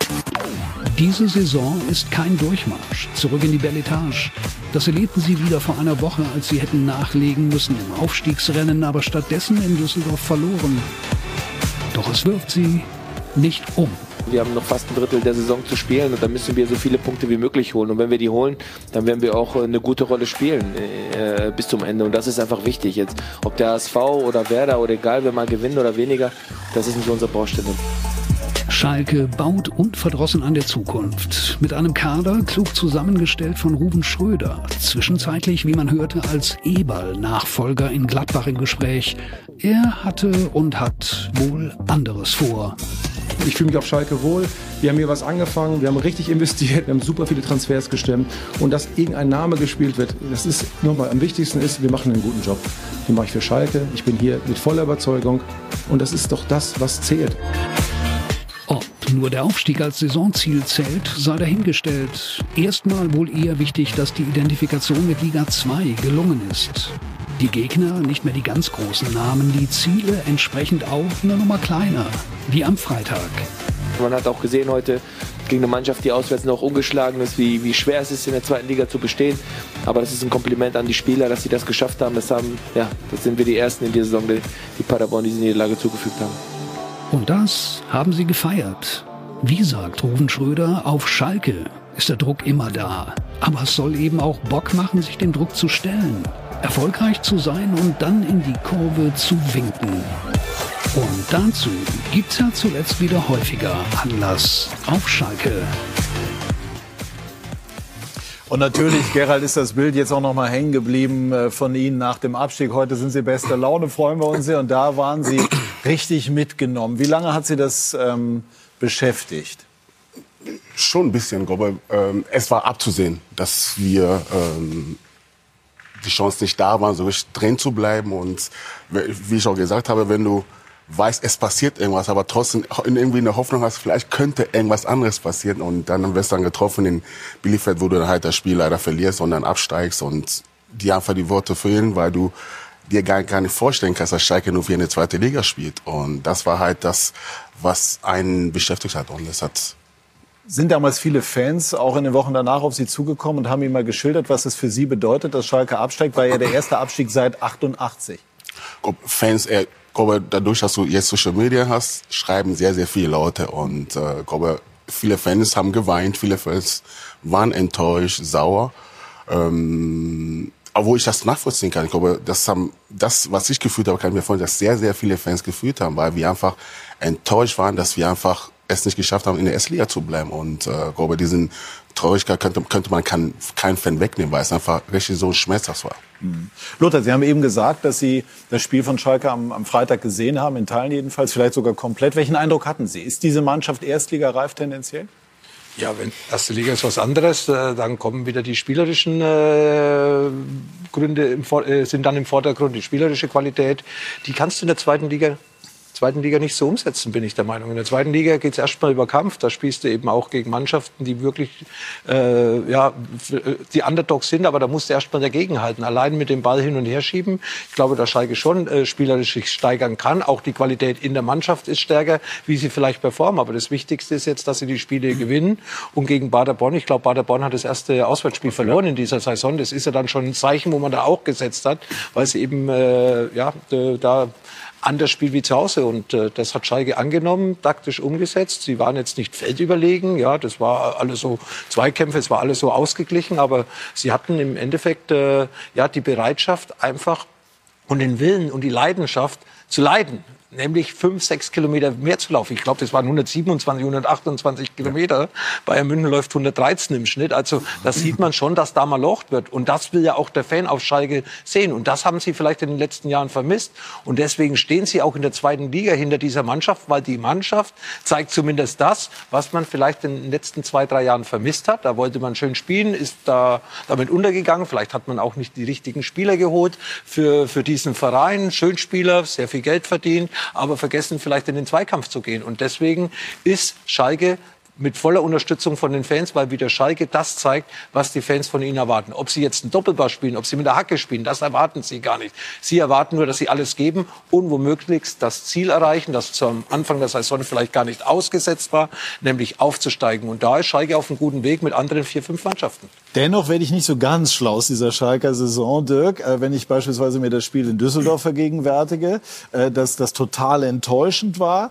Diese Saison ist kein Durchmarsch zurück in die Beletage. Das erlebten sie wieder vor einer Woche, als sie hätten nachlegen müssen im Aufstiegsrennen, aber stattdessen in Düsseldorf verloren. Doch es wirft sie nicht um. Wir haben noch fast ein Drittel der Saison zu spielen und dann müssen wir so viele Punkte wie möglich holen. Und wenn wir die holen, dann werden wir auch eine gute Rolle spielen bis zum Ende. Und das ist einfach wichtig jetzt. Ob der HSV oder Werder oder egal, wer mal gewinnt oder weniger, das ist nicht unsere Baustelle. Schalke baut unverdrossen an der Zukunft. Mit einem Kader klug zusammengestellt von Ruven Schröder. Zwischenzeitlich, wie man hörte, als Eberl-Nachfolger in Gladbach im Gespräch. Er hatte und hat wohl anderes vor. Ich fühle mich auf Schalke wohl. Wir haben hier was angefangen, wir haben richtig investiert, wir haben super viele Transfers gestemmt. Und dass irgendein Name gespielt wird, das ist nochmal am wichtigsten ist, wir machen einen guten Job. Den mache ich für Schalke, ich bin hier mit voller Überzeugung. Und das ist doch das, was zählt. Ob nur der Aufstieg als Saisonziel zählt, sei dahingestellt. Erstmal wohl eher wichtig, dass die Identifikation mit Liga 2 gelungen ist. Die Gegner nicht mehr die ganz großen Namen, die Ziele entsprechend auch eine Nummer kleiner, wie am Freitag. Man hat auch gesehen heute gegen eine Mannschaft, die auswärts noch ungeschlagen ist, wie schwer es ist, in der 2. Liga zu bestehen. Aber das ist ein Kompliment an die Spieler, dass sie das geschafft haben. Das sind wir die Ersten in dieser Saison, die Paderborn diese Niederlage zugefügt haben. Und das haben sie gefeiert. Wie sagt Ruven Schröder, auf Schalke ist der Druck immer da. Aber es soll eben auch Bock machen, sich dem Druck zu stellen. Erfolgreich zu sein und dann in die Kurve zu winken. Und dazu gibt's ja zuletzt wieder häufiger Anlass auf Schalke. Und natürlich, Gerald, ist das Bild jetzt auch noch mal hängen geblieben von Ihnen nach dem Abstieg. Heute sind Sie bester Laune, freuen wir uns sehr. Und da waren Sie richtig mitgenommen. Wie lange hat Sie das beschäftigt? Schon ein bisschen, glaube ich. Es war abzusehen, dass wir die Chance nicht da waren, so richtig drin zu bleiben. Und wie ich auch gesagt habe, wenn du weißt, es passiert irgendwas, aber trotzdem irgendwie eine Hoffnung hast, vielleicht könnte irgendwas anderes passieren. Und dann wirst du dann getroffen in Bielefeld, wo du dann halt das Spiel leider verlierst und dann absteigst und dir einfach die Worte fehlen, weil du dir gar nicht vorstellen kannst, dass Schalke nur für eine 2. Liga spielt. Und das war halt das, was einen beschäftigt hat. Und es hat... Sind damals viele Fans auch in den Wochen danach auf Sie zugekommen und haben Ihnen mal geschildert, was es für Sie bedeutet, dass Schalke absteigt? War ja der erste Abstieg seit 88. Fans, ich glaube, dadurch, dass du jetzt Social Media hast, schreiben sehr, sehr viele Leute. Und ich glaube, viele Fans haben geweint, viele Fans waren enttäuscht, sauer. Obwohl ich das nachvollziehen kann. Ich glaube, das, was ich gefühlt habe, kann ich mir vorstellen, dass sehr, sehr viele Fans gefühlt haben, weil wir einfach enttäuscht waren, dass wir einfach es nicht geschafft haben, in der S-Liga zu bleiben. Und ich glaube, diesen Traurigkeit könnte man keinen Fan wegnehmen, weil es einfach richtig so schmerzhaft war. Lothar, Sie haben eben gesagt, dass Sie das Spiel von Schalke am Freitag gesehen haben, in Teilen jedenfalls, vielleicht sogar komplett. Welchen Eindruck hatten Sie? Ist diese Mannschaft Erstligareif tendenziell? Ja, wenn erste Liga ist was anderes, dann kommen wieder die spielerischen Gründe sind dann im Vordergrund, die spielerische Qualität. Die kannst du in der zweiten Liga nicht so umsetzen, bin ich der Meinung. In der 2. Liga geht es erstmal über Kampf. Da spielst du eben auch gegen Mannschaften, die wirklich die Underdogs sind, aber da musst du erstmal dagegenhalten. Allein mit dem Ball hin und her schieben. Ich glaube, dass Schalke schon spielerisch sich steigern kann. Auch die Qualität in der Mannschaft ist stärker, wie sie vielleicht performen. Aber das Wichtigste ist jetzt, dass sie die Spiele gewinnen. Und gegen Paderborn, ich glaube, Paderborn hat das erste Auswärtsspiel verloren in dieser Saison. Das ist ja dann schon ein Zeichen, wo man da auch gesetzt hat, weil sie eben da anders spielt wie zu Hause. Und das hat Schalke angenommen, taktisch umgesetzt. Sie waren jetzt nicht feldüberlegen. Ja, das war alles so Zweikämpfe, es war alles so ausgeglichen. Aber sie hatten im Endeffekt die Bereitschaft einfach und den Willen und die Leidenschaft zu leiden. nämlich 5-6 Kilometer mehr zu laufen. Ich glaube, das waren 127, 128 Kilometer. Bayern München läuft 113 im Schnitt. Also das sieht man schon, dass da mal locht wird. Und das will ja auch der Fan auf Schalke sehen. Und das haben sie vielleicht in den letzten Jahren vermisst. Und deswegen stehen sie auch in der zweiten Liga hinter dieser Mannschaft, weil die Mannschaft zeigt zumindest das, was man vielleicht in den letzten 2-3 Jahren vermisst hat. Da wollte man schön spielen, ist da damit untergegangen. Vielleicht hat man auch nicht die richtigen Spieler geholt für diesen Verein. Schönspieler, sehr viel Geld verdient, aber vergessen vielleicht in den Zweikampf zu gehen. Und deswegen ist Schalke mit voller Unterstützung von den Fans, weil wieder Schalke das zeigt, was die Fans von ihnen erwarten. Ob sie jetzt einen Doppelpass spielen, ob sie mit der Hacke spielen, das erwarten sie gar nicht. Sie erwarten nur, dass sie alles geben und womöglich das Ziel erreichen, das zum Anfang der Saison vielleicht gar nicht ausgesetzt war, nämlich aufzusteigen. Und da ist Schalke auf einem guten Weg mit anderen 4-5 Mannschaften. Dennoch werde ich nicht so ganz schlau aus dieser Schalker Saison, Dirk, wenn ich beispielsweise mir das Spiel in Düsseldorf vergegenwärtige, dass das total enttäuschend war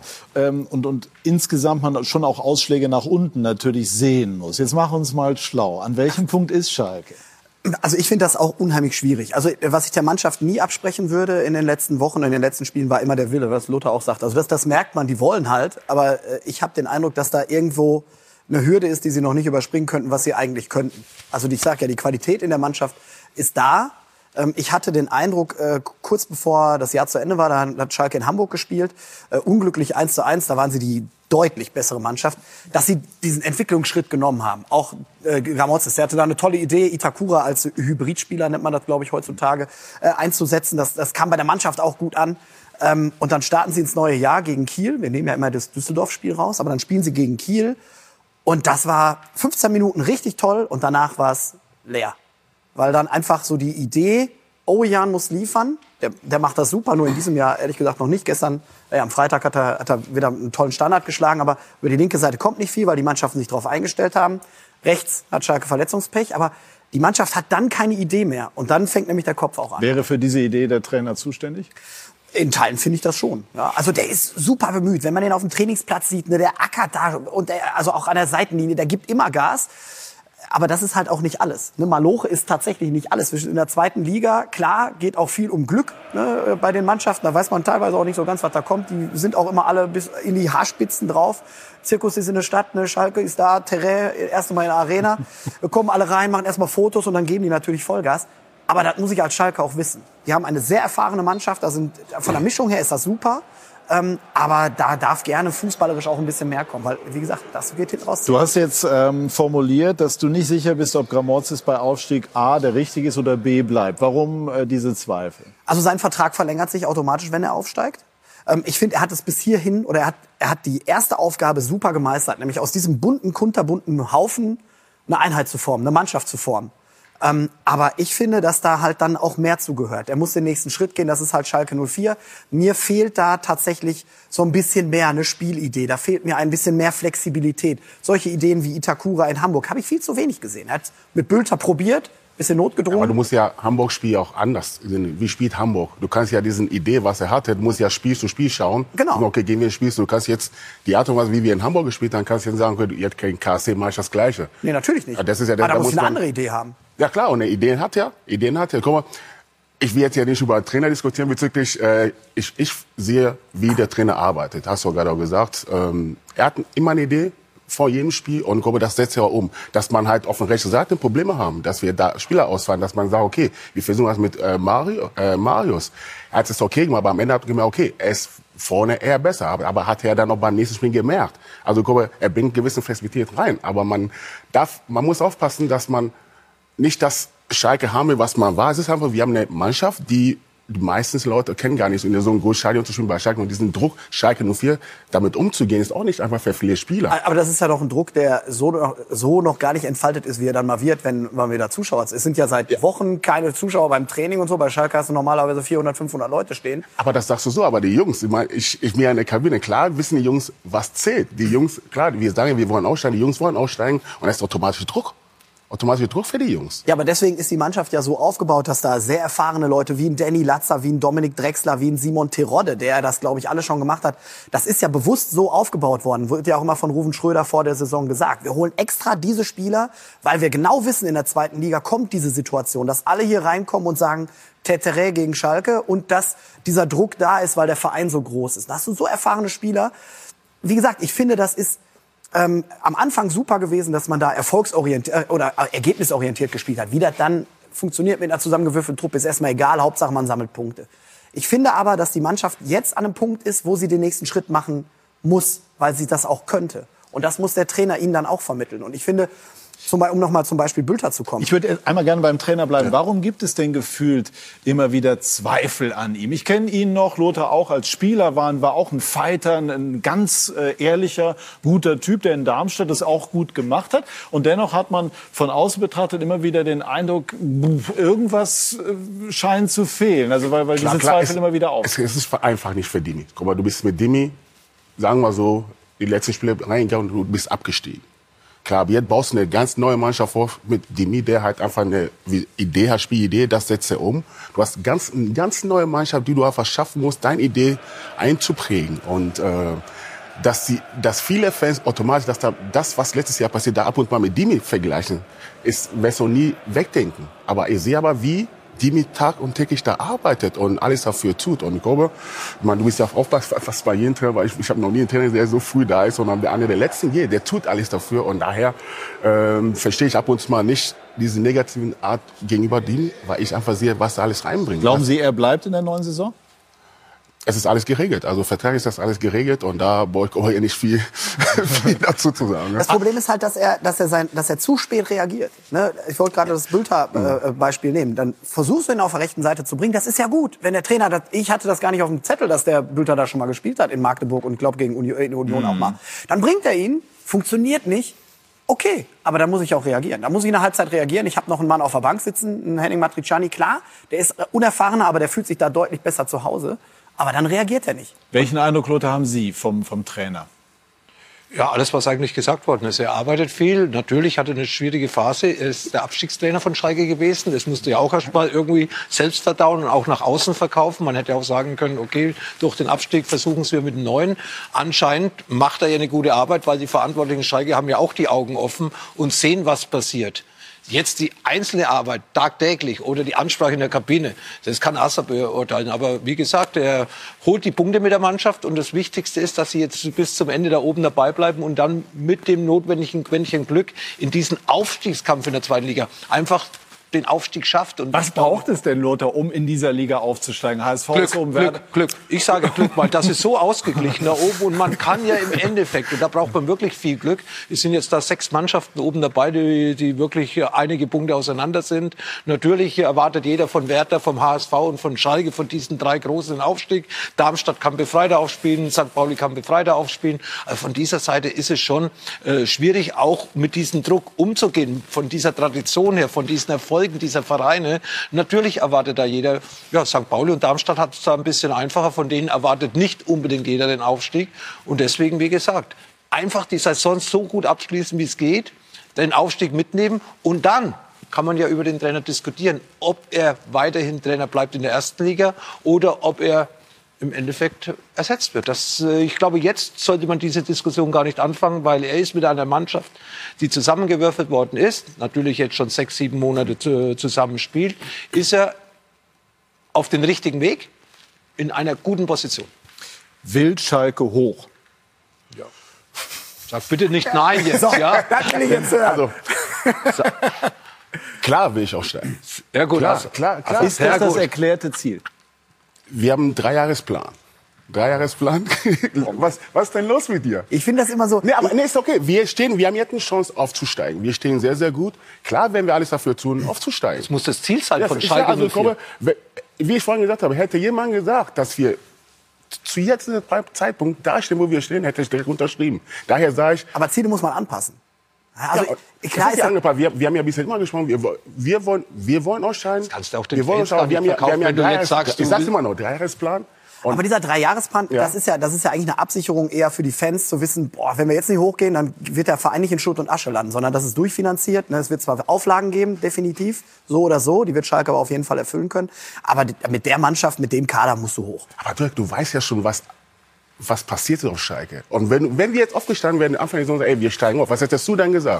und insgesamt man schon auch Ausschläge nach unten natürlich sehen muss. Jetzt mach uns mal schlau. An welchem Punkt ist Schalke? Also ich finde das auch unheimlich schwierig. Also was ich der Mannschaft nie absprechen würde in den letzten Wochen, in den letzten Spielen, war immer der Wille, was Lothar auch sagt. Also das merkt man, die wollen halt. Aber ich habe den Eindruck, dass da irgendwo eine Hürde ist, die sie noch nicht überspringen könnten, was sie eigentlich könnten. Also ich sage ja, die Qualität in der Mannschaft ist da. Ich hatte den Eindruck, kurz bevor das Jahr zu Ende war, da hat Schalke in Hamburg gespielt, unglücklich 1:1, da waren sie die deutlich bessere Mannschaft, dass sie diesen Entwicklungsschritt genommen haben. Auch Gramotzes, der hatte da eine tolle Idee, Itakura als Hybridspieler, nennt man das, glaube ich, heutzutage, einzusetzen. Das kam bei der Mannschaft auch gut an. Und dann starten sie ins neue Jahr gegen Kiel. Wir nehmen ja immer das Düsseldorf-Spiel raus, aber dann spielen sie gegen Kiel. Und das war 15 Minuten richtig toll und danach war es leer. Weil dann einfach so die Idee, Jan muss liefern, der macht das super, nur in diesem Jahr ehrlich gesagt noch nicht. Gestern, am Freitag hat er wieder einen tollen Standard geschlagen, aber über die linke Seite kommt nicht viel, weil die Mannschaften sich darauf eingestellt haben. Rechts hat Schalke Verletzungspech, aber die Mannschaft hat dann keine Idee mehr. Und dann fängt nämlich der Kopf auch an. Wäre für diese Idee der Trainer zuständig? In Teilen finde ich das schon. Ja, also der ist super bemüht. Wenn man den auf dem Trainingsplatz sieht, ne, der ackert da und also auch an der Seitenlinie, der gibt immer Gas. Aber das ist halt auch nicht alles. Ne, Maloche ist tatsächlich nicht alles. In der zweiten Liga, klar, geht auch viel um Glück, ne, bei den Mannschaften. Da weiß man teilweise auch nicht so ganz, was da kommt. Die sind auch immer alle bis in die Haarspitzen drauf. Zirkus ist in der Stadt, ne, Schalke ist da, Terrain, erst mal in der Arena. Wir kommen alle rein, machen erstmal Fotos und dann geben die natürlich Vollgas. Aber das muss ich als Schalke auch wissen. Die haben eine sehr erfahrene Mannschaft. Von der Mischung her ist das super. Aber da darf gerne fußballerisch auch ein bisschen mehr kommen. Weil, wie gesagt, das wird hinten raus. Du hast jetzt formuliert, dass du nicht sicher bist, ob Gramotzes bei Aufstieg A der richtige ist oder B bleibt. Warum diese Zweifel? Also sein Vertrag verlängert sich automatisch, wenn er aufsteigt. Ich finde, er hat es bis hierhin, oder er hat die erste Aufgabe super gemeistert. Nämlich aus diesem kunterbunten Haufen eine Einheit zu formen, eine Mannschaft zu formen. Aber ich finde, dass da halt dann auch mehr zugehört. Er muss den nächsten Schritt gehen, das ist halt Schalke 04. Mir fehlt da tatsächlich so ein bisschen mehr eine Spielidee. Da fehlt mir ein bisschen mehr Flexibilität. Solche Ideen wie Itakura in Hamburg habe ich viel zu wenig gesehen. Er hat mit Bülter probiert, bisschen notgedrungen. Aber du musst ja Hamburg-Spiel auch anders sehen. Wie spielt Hamburg? Du kannst ja diesen Idee, was er hatte, du musst ja Spiel zu Spiel schauen. Genau. Okay, gehen wir ins Spiel. Du kannst jetzt die Art und Weise, wie wir in Hamburg gespielt haben, kannst du jetzt sagen, ihr habt kein KSC, mach ich das Gleiche. Nee, natürlich nicht. Das ist ja, aber da muss eine andere Idee haben. Ja klar, und Ideen hat er. Guck mal, ich will jetzt ja nicht über einen Trainer diskutieren bezüglich, ich sehe, wie der Trainer arbeitet. Hast du gerade auch gesagt. Er hat immer eine Idee vor jedem Spiel und glaube, das setzt er auch um. Dass man halt auf der rechten Seite Probleme haben, dass wir da Spieler ausfallen, dass man sagt, okay, wir versuchen das mit Marius. Er hat es okay gemacht, aber am Ende hat er gemerkt, okay, er ist vorne eher besser, aber hat er dann auch beim nächsten Spiel gemerkt. Also ich glaube, er bringt gewisse Flexibilität rein, aber man muss aufpassen, dass man nicht das Schalke haben will, was man war. Es ist einfach, wir haben eine Mannschaft, die meistens Leute kennen gar nicht, in so einem großen Stadion zu spielen bei Schalke. Und diesen Druck, Schalke 04, damit umzugehen, ist auch nicht einfach für viele Spieler. Aber das ist ja doch ein Druck, der so noch gar nicht entfaltet ist, wie er dann mal wird, wenn man wieder Zuschauer hat. Es sind ja seit Wochen keine Zuschauer beim Training und so. Bei Schalke hast du normalerweise 400, 500 Leute stehen. Aber das sagst du so. Aber die Jungs, ich mir in der Kabine, klar wissen die Jungs, was zählt. Die Jungs, klar, wir sagen, wir wollen aussteigen, die Jungs wollen aussteigen und das ist automatisch Druck. automatisch Druck für die Jungs. Ja, aber deswegen ist die Mannschaft ja so aufgebaut, dass da sehr erfahrene Leute wie ein Danny Latzer, wie ein Dominik Drexler, wie ein Simon Terodde, der das, glaube ich, alle schon gemacht hat, das ist ja bewusst so aufgebaut worden. Wird ja auch immer von Ruven Schröder vor der Saison gesagt. Wir holen extra diese Spieler, weil wir genau wissen, in der zweiten Liga kommt diese Situation, dass alle hier reinkommen und sagen, Tetere gegen Schalke und dass dieser Druck da ist, weil der Verein so groß ist. Da hast du so erfahrene Spieler. Wie gesagt, ich finde, das ist am Anfang super gewesen, dass man da erfolgsorientiert oder ergebnisorientiert gespielt hat. Wie das dann funktioniert mit einer zusammengewürfelten Truppe, ist erstmal egal. Hauptsache, man sammelt Punkte. Ich finde aber, dass die Mannschaft jetzt an einem Punkt ist, wo sie den nächsten Schritt machen muss, weil sie das auch könnte. Und das muss der Trainer ihnen dann auch vermitteln. Und ich finde, um nochmal zum Beispiel Bülter zu kommen. Ich würde einmal gerne beim Trainer bleiben. Ja. Warum gibt es denn gefühlt immer wieder Zweifel an ihm? Ich kenne ihn noch, Lothar auch als Spieler war auch ein Fighter, ein ganz ehrlicher, guter Typ, der in Darmstadt das auch gut gemacht hat. Und dennoch hat man von außen betrachtet immer wieder den Eindruck, irgendwas scheint zu fehlen. Also weil diese Zweifel immer wieder aufkommen. Es ist einfach nicht für Dimi. Guck mal, du bist mit Dimi, sagen wir so, die letzten Spiele reingegangen und du bist abgestiegen. Klar, aber jetzt baust du eine ganz neue Mannschaft auf mit Dimi, der halt einfach eine Idee hat, Spielidee, das setzt er um. Du hast eine ganz neue Mannschaft, die du einfach schaffen musst, deine Idee einzuprägen. Und dass viele Fans automatisch, das, was letztes Jahr passiert, da ab und mal mit Dimi vergleichen, wirst du nie wegdenken. Aber ich sehe aber, wie Dimi Tag und täglich da arbeitet und alles dafür tut. Und ich glaube, du bist ja auch fast bei jedem Trainer, weil ich habe noch nie einen Trainer, der so früh da ist, sondern einer der letzten der tut alles dafür. Und daher verstehe ich ab und zu mal nicht diese negativen Art gegenüber Dimi, weil ich einfach sehe, was da alles reinbringt. Glauben Sie, er bleibt in der neuen Saison? Es ist alles geregelt. Also vertraglich ist das alles geregelt und da brauche ich ja nicht viel dazu zu sagen. Das Problem ist halt, dass er zu spät reagiert. Ne? Ich wollte gerade das Bülter-Beispiel nehmen. Dann versuchst du ihn auf der rechten Seite zu bringen. Das ist ja gut. Wenn der Trainer, ich hatte das gar nicht auf dem Zettel, dass der Bülter da schon mal gespielt hat in Magdeburg und glaube gegen Union auch mal. Dann bringt er ihn, funktioniert nicht. Okay, aber da muss ich auch reagieren. Da muss ich in der Halbzeit reagieren. Ich habe noch einen Mann auf der Bank sitzen, einen Henning Matriciani. Klar, der ist unerfahrener, aber der fühlt sich da deutlich besser zu Hause. Aber dann reagiert er nicht. Welchen Eindruck, Lothar, haben Sie vom Trainer? Ja, alles, was eigentlich gesagt worden ist. Er arbeitet viel. Natürlich hatte eine schwierige Phase. Er ist der Abstiegstrainer von Schalke gewesen. Das musste ja auch erst mal irgendwie selbst verdauen und auch nach außen verkaufen. Man hätte auch sagen können, okay, durch den Abstieg versuchen wir mit dem Neuen. Anscheinend macht er ja eine gute Arbeit, weil die Verantwortlichen Schalke haben ja auch die Augen offen und sehen, was passiert. Jetzt die einzelne Arbeit, tagtäglich, oder die Ansprache in der Kabine, das kann Assa beurteilen. Aber wie gesagt, er holt die Punkte mit der Mannschaft. Und das Wichtigste ist, dass sie jetzt bis zum Ende da oben dabei bleiben und dann mit dem notwendigen Quäntchen Glück in diesen Aufstiegskampf in der zweiten Liga einfach den Aufstieg schafft. Und was braucht es denn, Lothar, um in dieser Liga aufzusteigen? HSV ist oben, Glück. Ich sage Glück, weil das ist so ausgeglichen da oben. Und man kann ja im Endeffekt, und da braucht man wirklich viel Glück, es sind jetzt da 6 Mannschaften oben dabei, die wirklich einige Punkte auseinander sind. Natürlich erwartet jeder von Werder, vom HSV und von Schalke, von diesen 3 großen Aufstieg. Darmstadt kann befreiter aufspielen, St. Pauli kann befreiter aufspielen. Also von dieser Seite ist es schon schwierig, auch mit diesem Druck umzugehen, von dieser Tradition her, von diesen Erfolgen dieser Vereine. Natürlich erwartet da jeder, ja, St. Pauli und Darmstadt hat es da ein bisschen einfacher, von denen erwartet nicht unbedingt jeder den Aufstieg. Und deswegen, wie gesagt, einfach die Saison so gut abschließen, wie es geht, den Aufstieg mitnehmen und dann kann man ja über den Trainer diskutieren, ob er weiterhin Trainer bleibt in der ersten Liga oder ob er im Endeffekt ersetzt wird. Ich glaube, jetzt sollte man diese Diskussion gar nicht anfangen, weil er ist mit einer Mannschaft, die zusammengewürfelt worden ist, natürlich jetzt schon 6, 7 Monate zusammen spielt, ist er auf den richtigen Weg, in einer guten Position. Will Schalke hoch? Ja. Sag bitte nicht nein jetzt, so, ja? Das will ich jetzt hören. Also, klar will ich auch steigen. Ja gut, klar. Ist das erklärte Ziel? Wir haben einen 3-Jahres-Plan. 3-Jahres-Plan? Was ist denn los mit dir? Ich finde das immer so. Nee, aber ist okay. Wir haben jetzt eine Chance aufzusteigen. Wir stehen sehr, sehr gut. Klar werden wir alles dafür tun, aufzusteigen. Das muss das Ziel sein von Schalke. Also, wie ich vorhin gesagt habe, hätte jemand gesagt, dass wir zu jetzigen Zeitpunkt da stehen, wo wir stehen, hätte ich direkt unterschrieben. Daher sage ich. Aber Ziele muss man anpassen. Also, ja, klar ist ja angepasst. Wir haben ja bisher immer gesprochen, wir wollen ausscheiden. Das kannst du auch den Fans gar nicht verkaufen, wenn du jetzt sagst, ich sag's immer noch, 3-Jahresplan. Aber dieser 3-Jahresplan, das ist ja eigentlich eine Absicherung eher für die Fans, zu wissen, wenn wir jetzt nicht hochgehen, dann wird der Verein nicht in Schutt und Asche landen, sondern das ist durchfinanziert. Es wird zwar Auflagen geben, definitiv, so oder so, die wird Schalke aber auf jeden Fall erfüllen können. Aber mit der Mannschaft, mit dem Kader musst du hoch. Aber Dirk, du weißt ja schon, was passiert auf Schalke. Und wenn wir jetzt aufgestanden wären, Anfang der Saison, ey, wir steigen auf, was hättest du dann gesagt?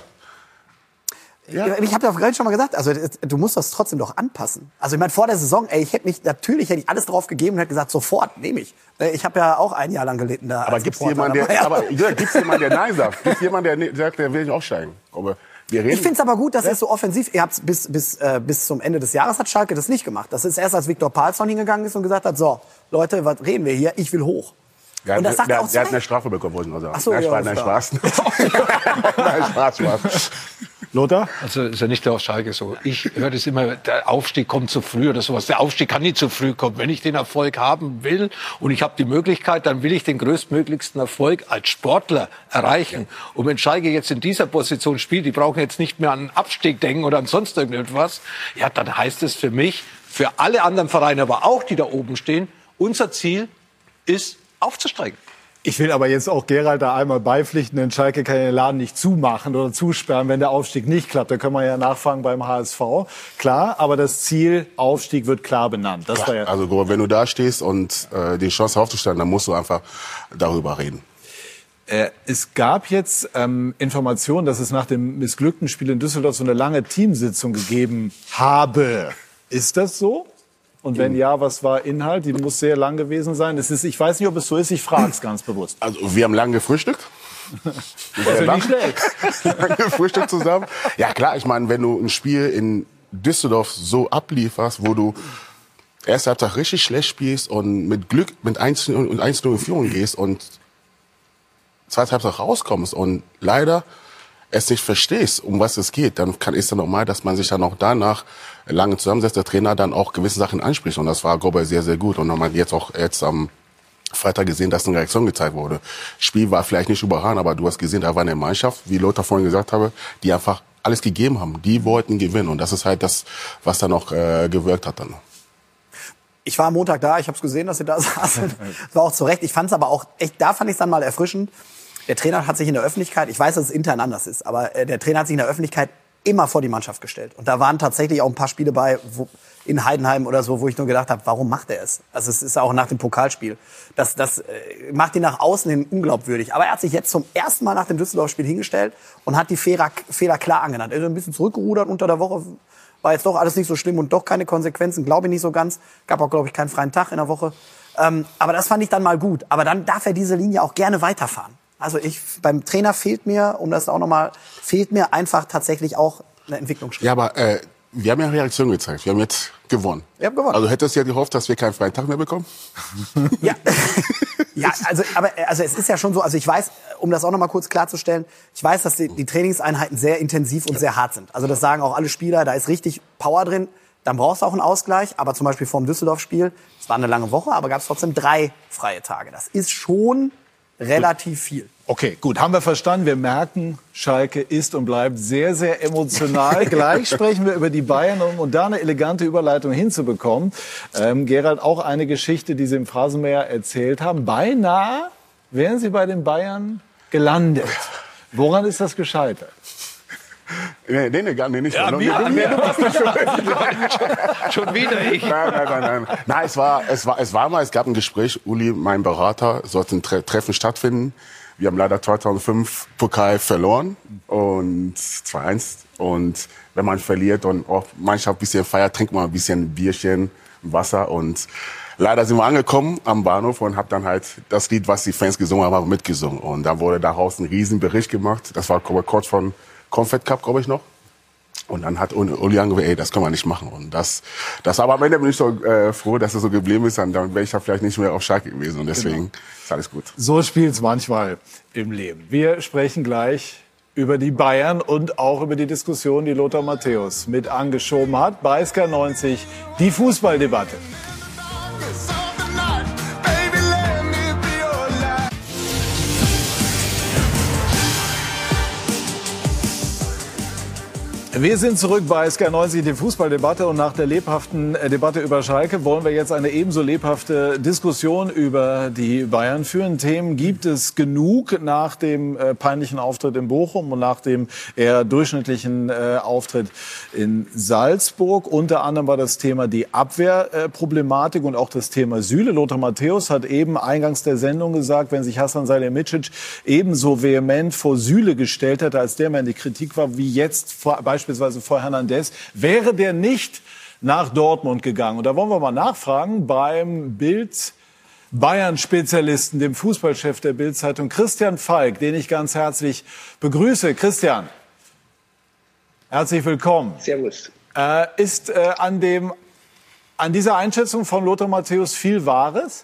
Ja. Ich habe das gerade schon mal gesagt, also du musst das trotzdem doch anpassen. Also ich meine, vor der Saison, natürlich hätte ich alles drauf gegeben und hätte gesagt, sofort, nehme ich. Ich habe ja auch ein Jahr lang gelitten da. Aber gibt's jemanden, der Nein sagt? Gibt's jemanden, der sagt, der will nicht aufsteigen? Aber ich finde es aber gut, dass es so offensiv, ihr habt bis zum Ende des Jahres hat Schalke das nicht gemacht. Das ist erst, als Viktor Palsson hingegangen ist und gesagt hat, so, Leute, was reden wir hier? Ich will hoch. Und das sagt er auch so. Der hat eine Strafe bekommen, wollte ich mal sagen. Ach so, nein, Spaß. Nein, Spaß. Lothar? Also ist ja nicht nur auf Schalke so. Ich höre das immer, der Aufstieg kommt zu früh oder sowas. Der Aufstieg kann nicht zu früh kommen. Wenn ich den Erfolg haben will und ich habe die Möglichkeit, dann will ich den größtmöglichsten Erfolg als Sportler erreichen. Und wenn Schalke jetzt in dieser Position spielt, die brauchen jetzt nicht mehr an Abstieg denken oder an sonst irgendetwas, ja, dann heißt es für mich, für alle anderen Vereine, aber auch die da oben stehen, unser Ziel ist aufzusteigen. Ich will aber jetzt auch Gerald da einmal beipflichten, denn Schalke kann den Laden nicht zumachen oder zusperren, wenn der Aufstieg nicht klappt. Da können wir ja nachfragen beim HSV. Klar, aber das Ziel Aufstieg wird klar benannt. Das war ja also wenn du da stehst und die Chance aufzusteigen, dann musst du einfach darüber reden. Es gab jetzt Informationen, dass es nach dem missglückten Spiel in Düsseldorf so eine lange Teamsitzung gegeben habe. Ist das so? Und wenn ja, was war Inhalt? Die muss sehr lang gewesen sein. Ich weiß nicht, ob es so ist, ich frage es ganz bewusst. Also wir haben lange gefrühstückt. Das ist nicht schlecht. Lange gefrühstückt zusammen. Ja klar, ich meine, wenn du ein Spiel in Düsseldorf so ablieferst, wo du erste Halbzeit richtig schlecht spielst und mit Glück mit 1-0 in Führung gehst und zweite Halbzeit rauskommst und leider es nicht verstehst, um was es geht, dann ist es normal, dass man sich dann auch danach lange zusammensetzt, der Trainer dann auch gewisse Sachen anspricht. Und das war, glaube ich, sehr, sehr gut. Und dann haben wir jetzt am Freitag gesehen, dass eine Reaktion gezeigt wurde. Spiel war vielleicht nicht überragend, aber du hast gesehen, da war eine Mannschaft, wie Lothar vorhin gesagt habe, die einfach alles gegeben haben. Die wollten gewinnen. Und das ist halt das, was dann auch gewirkt hat dann. Ich war am Montag da, ich habe es gesehen, dass sie da saßen. Das war auch zu Recht. Ich fand es aber auch echt, da fand ich es dann mal erfrischend. Der Trainer hat sich in der Öffentlichkeit, ich weiß, dass es intern anders ist, aber der Trainer hat sich in der Öffentlichkeit immer vor die Mannschaft gestellt. Und da waren tatsächlich auch ein paar Spiele bei, in Heidenheim oder so, wo ich nur gedacht habe, warum macht er es? Also es ist auch nach dem Pokalspiel. Das macht ihn nach außen hin unglaubwürdig. Aber er hat sich jetzt zum ersten Mal nach dem Düsseldorf-Spiel hingestellt und hat die Fehler klar angenannt. Er ist ein bisschen zurückgerudert unter der Woche. War jetzt doch alles nicht so schlimm und doch keine Konsequenzen, glaube ich nicht so ganz. Gab auch, glaube ich, keinen freien Tag in der Woche. Aber das fand ich dann mal gut. Aber dann darf er diese Linie auch gerne weiterfahren. Also beim Trainer fehlt mir einfach tatsächlich auch eine Entwicklungsschritt. Ja, aber wir haben ja Reaktion gezeigt. Wir haben jetzt gewonnen. Wir haben gewonnen. Also hättest du ja gehofft, dass wir keinen freien Tag mehr bekommen? Ja. Ja, also es ist ja schon so, also ich weiß, um das auch noch mal kurz klarzustellen, ich weiß, dass die Trainingseinheiten sehr intensiv und sehr hart sind. Also das sagen auch alle Spieler, da ist richtig Power drin. Dann brauchst du auch einen Ausgleich. Aber zum Beispiel vor dem Düsseldorf-Spiel, es war eine lange Woche, aber gab es trotzdem 3 freie Tage. Das ist schon relativ viel. Okay, gut, haben wir verstanden. Wir merken, Schalke ist und bleibt sehr, sehr emotional. Gleich sprechen wir über die Bayern, um da eine elegante Überleitung hinzubekommen. Gerald, auch eine Geschichte, die Sie im Phrasenmäher erzählt haben. Beinahe wären Sie bei den Bayern gelandet. Woran ist das gescheitert? Nee, nicht. Ja, schon wieder ich. Nein. Nein, es gab ein Gespräch. Uli, mein Berater, sollte ein Treffen stattfinden. Wir haben leider 2005 Pokal verloren und 2-1. Und wenn man verliert und auch Mannschaft ein bisschen feiert, trinkt man ein bisschen Bierchen, Wasser. Und leider sind wir angekommen am Bahnhof und hab dann halt das Lied, was die Fans gesungen haben, mitgesungen. Und da wurde daraus ein Riesenbericht gemacht. Das war kurz von Confed Cup, glaube ich noch. Und dann hat Uli angefangen, das können wir nicht machen. Und das aber am Ende bin ich so froh, dass es so geblieben ist. Dann wäre ich ja vielleicht nicht mehr auf Schalke gewesen. Und deswegen ist alles gut. So spielt's manchmal im Leben. Wir sprechen gleich über die Bayern und auch über die Diskussion, die Lothar Matthäus mit angeschoben hat. Bei SK90 die Fußballdebatte. Wir sind zurück bei SK90, die Fußballdebatte. Und nach der lebhaften Debatte über Schalke wollen wir jetzt eine ebenso lebhafte Diskussion über die Bayern führen. Themen gibt es genug nach dem peinlichen Auftritt in Bochum und nach dem eher durchschnittlichen Auftritt in Salzburg. Unter anderem war das Thema die Abwehrproblematik und auch das Thema Süle. Lothar Matthäus hat eben eingangs der Sendung gesagt, wenn sich Hasan Salihamidzic ebenso vehement vor Süle gestellt hätte, als der mehr in die Kritik war, wie jetzt beispielsweise vor Hernandez, wäre der nicht nach Dortmund gegangen. Und da wollen wir mal nachfragen beim Bayern-Spezialisten, dem Fußballchef der Bild-Zeitung, Christian Falk, den ich ganz herzlich begrüße. Christian, herzlich willkommen. Servus. Ist an dieser Einschätzung von Lothar Matthäus viel Wahres?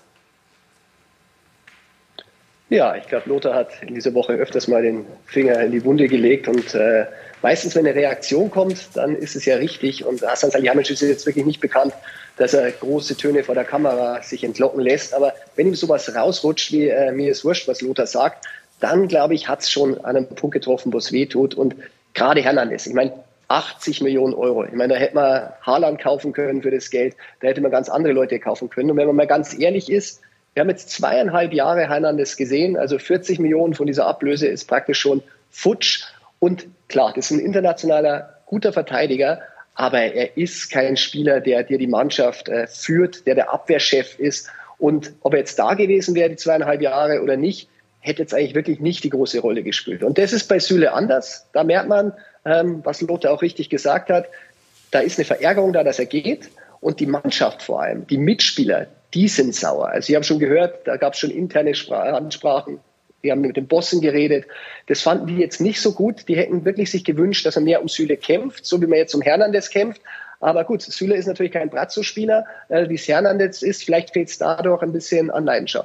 Ja, ich glaube, Lothar hat in dieser Woche öfters mal den Finger in die Wunde gelegt und meistens, wenn eine Reaktion kommt, dann ist es ja richtig. Und Hasan Salihamidzic ist jetzt wirklich nicht bekannt, dass er große Töne vor der Kamera sich entlocken lässt. Aber wenn ihm sowas rausrutscht, wie mir ist wurscht, was Lothar sagt, dann, glaube ich, hat es schon an einem Punkt getroffen, wo es weh tut. Und gerade Hernandez, ich meine, 80 Millionen Euro. Ich meine, da hätte man Haaland kaufen können für das Geld. Da hätte man ganz andere Leute kaufen können. Und wenn man mal ganz ehrlich ist, wir haben jetzt 2,5 Jahre Hernandez gesehen. Also 40 Millionen von dieser Ablöse ist praktisch schon futsch. Und klar, das ist ein internationaler, guter Verteidiger. Aber er ist kein Spieler, der dir die Mannschaft führt, der Abwehrchef ist. Und ob er jetzt da gewesen wäre, die 2,5 Jahre oder nicht, hätte jetzt eigentlich wirklich nicht die große Rolle gespielt. Und das ist bei Süle anders. Da merkt man, was Lothar auch richtig gesagt hat, da ist eine Verärgerung da, dass er geht. Und die Mannschaft vor allem, die Mitspieler, die sind sauer. Also ich habe schon gehört, da gab es schon interne Ansprachen. Die haben mit den Bossen geredet. Das fanden die jetzt nicht so gut. Die hätten wirklich sich gewünscht, dass er mehr um Süle kämpft, so wie man jetzt um Hernandez kämpft. Aber gut, Süle ist natürlich kein Brazzo-Spieler, wie es Hernandez ist. Vielleicht fehlt es dadurch ein bisschen an Leidenschaft.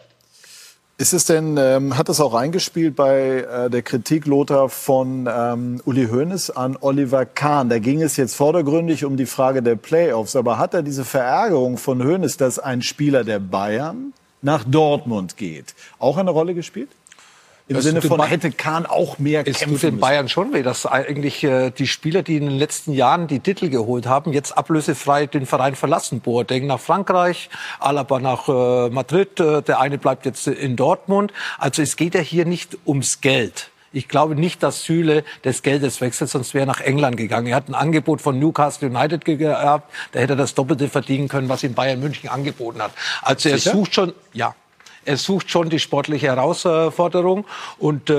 Ist es denn, hat das auch reingespielt bei der Kritik, Lothar, von Uli Hoeneß an Oliver Kahn? Da ging es jetzt vordergründig um die Frage der Playoffs. Aber hat er diese Verärgerung von Hoeneß, dass ein Spieler der Bayern nach Dortmund geht, auch eine Rolle gespielt? Im Sinne von, hätte Kahn auch mehr kämpfen müssen. Es tut den Bayern schon weh, dass eigentlich die Spieler, die in den letzten Jahren die Titel geholt haben, jetzt ablösefrei den Verein verlassen. Boateng nach Frankreich, Alaba nach Madrid, der eine bleibt jetzt in Dortmund. Also es geht ja hier nicht ums Geld. Ich glaube nicht, dass Süle des Geldes wechselt, sonst wäre er nach England gegangen. Er hat ein Angebot von Newcastle United gehabt, da hätte er das Doppelte verdienen können, was ihm Bayern München angeboten hat. Also er sucht schon, ja. Er sucht schon die sportliche Herausforderung und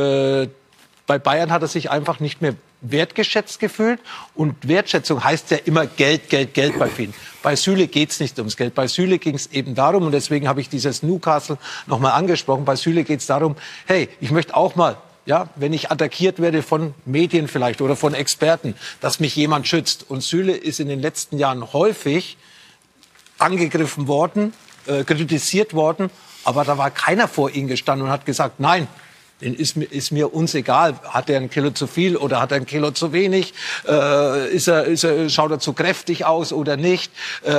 bei Bayern hat er sich einfach nicht mehr wertgeschätzt gefühlt. Und Wertschätzung heißt ja immer Geld, Geld, Geld bei vielen. Bei Süle geht's nicht ums Geld. Bei Süle ging's eben darum, und deswegen habe ich dieses Newcastle nochmal angesprochen, bei Süle geht's darum, hey, ich möchte auch mal, ja, wenn ich attackiert werde von Medien vielleicht oder von Experten, dass mich jemand schützt. Und Süle ist in den letzten Jahren häufig angegriffen worden, kritisiert worden, aber da war keiner vor ihm gestanden und hat gesagt, nein, ist mir uns egal, hat er ein Kilo zu viel oder hat er ein Kilo zu wenig, schaut er zu kräftig aus oder nicht.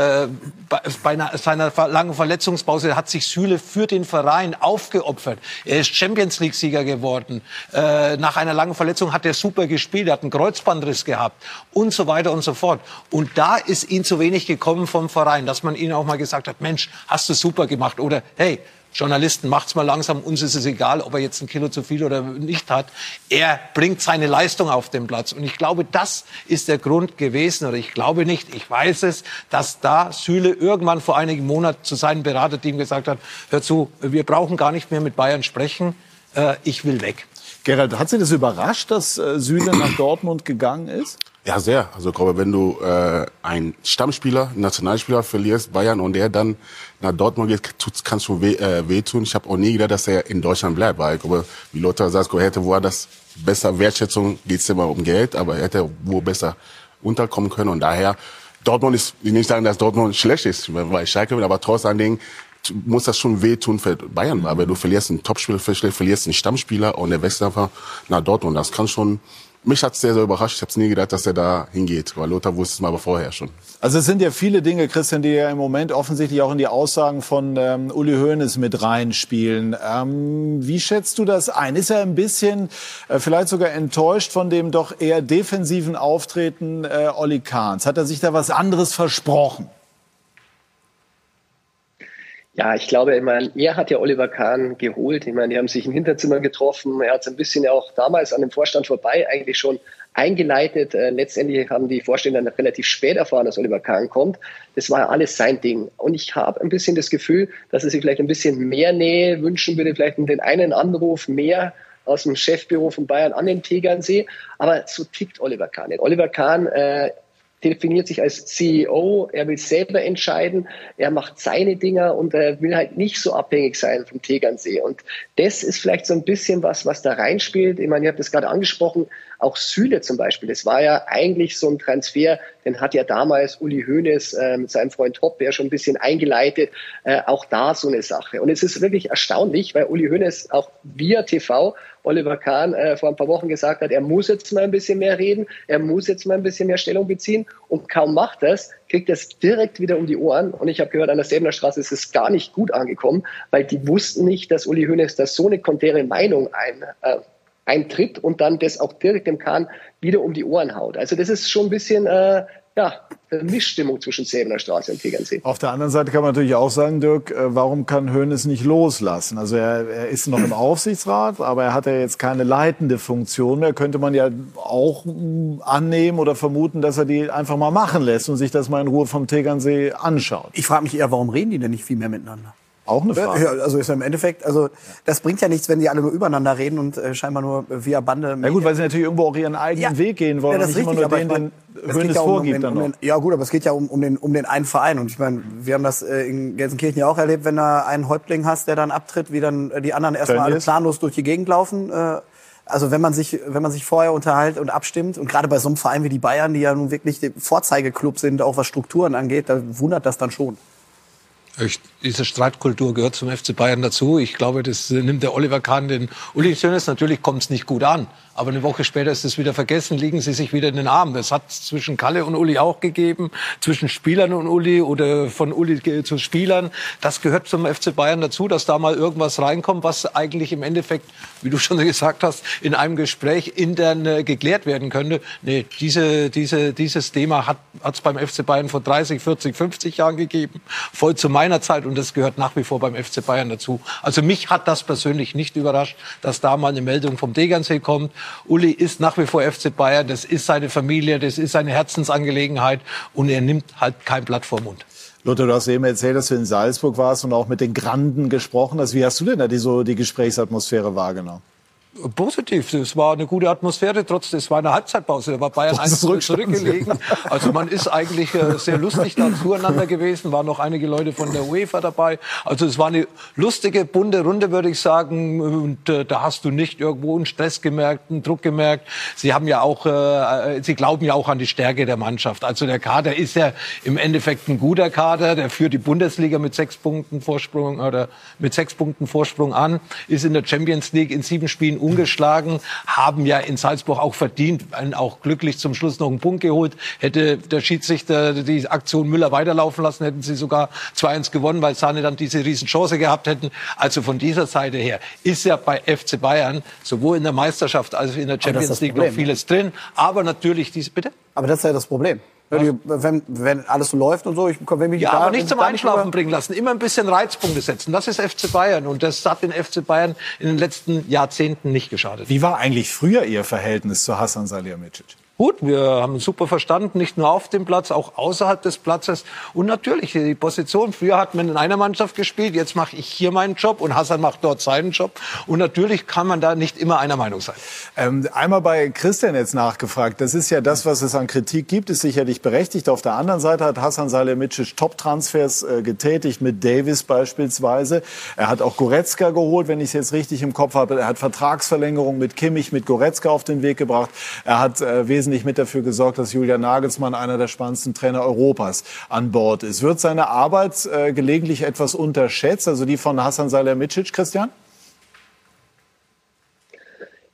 Bei seiner langen Verletzungspause hat sich Süle für den Verein aufgeopfert. Er ist Champions-League-Sieger geworden. Nach einer langen Verletzung hat er super gespielt, er hat einen Kreuzbandriss gehabt und so weiter und so fort. Und da ist ihm zu wenig gekommen vom Verein, dass man ihm auch mal gesagt hat, Mensch, hast du super gemacht oder hey, Journalisten, macht's mal langsam, uns ist es egal, ob er jetzt ein Kilo zu viel oder nicht hat. Er bringt seine Leistung auf den Platz. Und ich glaube, das ist der Grund gewesen, oder ich glaube nicht, ich weiß es, dass da Süle irgendwann vor einigen Monaten zu seinem Beraterteam gesagt hat, hör zu, wir brauchen gar nicht mehr mit Bayern sprechen, ich will weg. Gerald, hat Sie das überrascht, dass Süle nach Dortmund gegangen ist? Ja, sehr. Also ich glaube, wenn du einen Stammspieler, einen Nationalspieler verlierst, Bayern, und der dann nach Dortmund geht, kannst du wehtun. Ich habe auch nie gedacht, dass er in Deutschland bleibt. Weil ich glaube, wie Lothar sagt, er hätte woanders besser Wertschätzung, geht es immer um Geld, aber er hätte wo besser unterkommen können. Und daher, Dortmund ist, ich will nicht sagen, dass Dortmund schlecht ist, weil ich Schalke bin, aber trotz allen Dingen muss das schon wehtun für Bayern, weil du verlierst einen Topspieler, verlierst einen Stammspieler und der wechselt einfach nach Dortmund. Das kann schon Mich hat es sehr, sehr überrascht. Ich habe es nie gedacht, dass er da hingeht, weil Lothar wusste es mal aber vorher schon. Also es sind ja viele Dinge, Christian, die ja im Moment offensichtlich auch in die Aussagen von Uli Hoeneß mit reinspielen. Wie schätzt du das ein? Ist er ein bisschen vielleicht sogar enttäuscht von dem doch eher defensiven Auftreten Olli Kahns? Hat er sich da was anderes versprochen? Ja, ich glaube, er hat ja Oliver Kahn geholt. Ich meine, die haben sich im Hinterzimmer getroffen. Er hat es ein bisschen ja auch damals an dem Vorstand vorbei eigentlich schon eingeleitet. Letztendlich haben die Vorstände dann relativ spät erfahren, dass Oliver Kahn kommt. Das war alles sein Ding. Und ich habe ein bisschen das Gefühl, dass er sich vielleicht ein bisschen mehr Nähe wünschen würde, vielleicht den einen Anruf mehr aus dem Chefbüro von Bayern an den Tegernsee. Aber so tickt Oliver Kahn nicht. Oliver Kahn definiert sich als CEO, er will selber entscheiden, er macht seine Dinger und er will halt nicht so abhängig sein vom Tegernsee. Und das ist vielleicht so ein bisschen was da reinspielt. Ich meine, ihr habt das gerade angesprochen, auch Süle zum Beispiel, das war ja eigentlich so ein Transfer, den hat ja damals Uli Hoeneß mit seinem Freund Hopp ja schon ein bisschen eingeleitet, auch da so eine Sache. Und es ist wirklich erstaunlich, weil Uli Hoeneß auch via TV Oliver Kahn vor ein paar Wochen gesagt hat, er muss jetzt mal ein bisschen mehr reden, er muss jetzt mal ein bisschen mehr Stellung beziehen und kaum macht das, kriegt es direkt wieder um die Ohren. Und ich habe gehört, an der Säbener Straße ist es gar nicht gut angekommen, weil die wussten nicht, dass Uli Hoeneß da so eine konträre Meinung eintritt und dann das auch direkt dem Kahn wieder um die Ohren haut. Also das ist schon ein bisschen Mischstimmung zwischen Säbener Straße und Tegernsee. Auf der anderen Seite kann man natürlich auch sagen, Dirk, warum kann Hoeneß nicht loslassen? Also er ist noch im Aufsichtsrat, aber er hat ja jetzt keine leitende Funktion mehr. Könnte man ja auch annehmen oder vermuten, dass er die einfach mal machen lässt und sich das mal in Ruhe vom Tegernsee anschaut. Ich frage mich eher, warum reden die denn nicht viel mehr miteinander? Auch eine Frage. Ja, also ist ja im Endeffekt, also das bringt ja nichts, wenn die alle nur übereinander reden und scheinbar nur via Bande. Na gut, weil sie natürlich irgendwo auch ihren eigenen Weg gehen wollen, das und nicht ist immer richtig, nur den Hoeneß vorgibt. Ja gut, aber es geht ja um den einen Verein. Und ich meine, wir haben das in Gelsenkirchen ja auch erlebt, wenn du einen Häuptling hast, der dann abtritt, wie dann die anderen erstmal alle planlos durch die Gegend laufen. Also wenn man sich vorher unterhält und abstimmt, und gerade bei so einem Verein wie die Bayern, die ja nun wirklich der Vorzeigeklub sind, auch was Strukturen angeht, da wundert das dann schon. Diese Streitkultur gehört zum FC Bayern dazu. Ich glaube, das nimmt der Oliver Kahn den Uli Hoeneß. Natürlich kommt es nicht gut an. Aber eine Woche später ist es wieder vergessen, liegen sie sich wieder in den Armen. Das hat es zwischen Kalle und Uli auch gegeben, zwischen Spielern und Uli oder von Uli zu Spielern. Das gehört zum FC Bayern dazu, dass da mal irgendwas reinkommt, was eigentlich im Endeffekt, wie du schon gesagt hast, in einem Gespräch intern geklärt werden könnte. Nee, dieses Thema hat es beim FC Bayern vor 30, 40, 50 Jahren gegeben, voll zu meiner Zeit, und das gehört nach wie vor beim FC Bayern dazu. Also mich hat das persönlich nicht überrascht, dass da mal eine Meldung vom Tegernsee kommt. Uli ist nach wie vor FC Bayern, das ist seine Familie, das ist seine Herzensangelegenheit, und er nimmt halt kein Blatt vor Mund. Lothar, du hast eben erzählt, dass du in Salzburg warst und auch mit den Granden gesprochen hast. Wie hast du denn da die Gesprächsatmosphäre wahrgenommen? Positiv, es war eine gute Atmosphäre, trotzdem, es war eine Halbzeitpause, da war Bayern 1-0 zurückgelegen. Also man ist eigentlich sehr lustig da zueinander gewesen, waren noch einige Leute von der UEFA dabei. Also es war eine lustige, bunte Runde, würde ich sagen, und da hast du nicht irgendwo einen Stress gemerkt, einen Druck gemerkt. Sie haben ja auch, sie glauben ja auch an die Stärke der Mannschaft. Also der Kader ist ja im Endeffekt ein guter Kader, der führt die Bundesliga mit 6 Punkten Vorsprung an, ist in der Champions League in 7 Spielen ungeschlagen, haben ja in Salzburg auch verdient, auch glücklich zum Schluss noch einen Punkt geholt. Hätte der Schiedsrichter die Aktion Müller weiterlaufen lassen, hätten sie sogar 2-1 gewonnen, weil Sane dann diese Riesenchance gehabt hätten. Also von dieser Seite her ist ja bei FC Bayern sowohl in der Meisterschaft als auch in der Champions League noch vieles drin. Aber natürlich bitte? Aber das ist ja das Problem. Wenn alles so läuft und so, aber nicht zum Einschlafen bringen lassen, immer ein bisschen Reizpunkte setzen. Das ist FC Bayern, und das hat den FC Bayern in den letzten Jahrzehnten nicht geschadet. Wie war eigentlich früher Ihr Verhältnis zu Hasan Salihamidzic? Gut, wir haben uns super verstanden, nicht nur auf dem Platz, auch außerhalb des Platzes. Und natürlich die Position. Früher hat man in einer Mannschaft gespielt, jetzt mache ich hier meinen Job und Hasan macht dort seinen Job. Und natürlich kann man da nicht immer einer Meinung sein. Einmal bei Christian jetzt nachgefragt. Das ist ja das, was es an Kritik gibt, ist sicherlich berechtigt. Auf der anderen Seite hat Hasan Salihamidzic Top-Transfers getätigt, mit Davis beispielsweise. Er hat auch Goretzka geholt, wenn ich es jetzt richtig im Kopf habe. Er hat Vertragsverlängerung mit Kimmich, mit Goretzka auf den Weg gebracht. Er hat wesentlich mit dafür gesorgt, dass Julian Nagelsmann einer der spannendsten Trainer Europas an Bord ist. Wird seine Arbeit gelegentlich etwas unterschätzt, also die von Hasan Salihamidzic, Christian?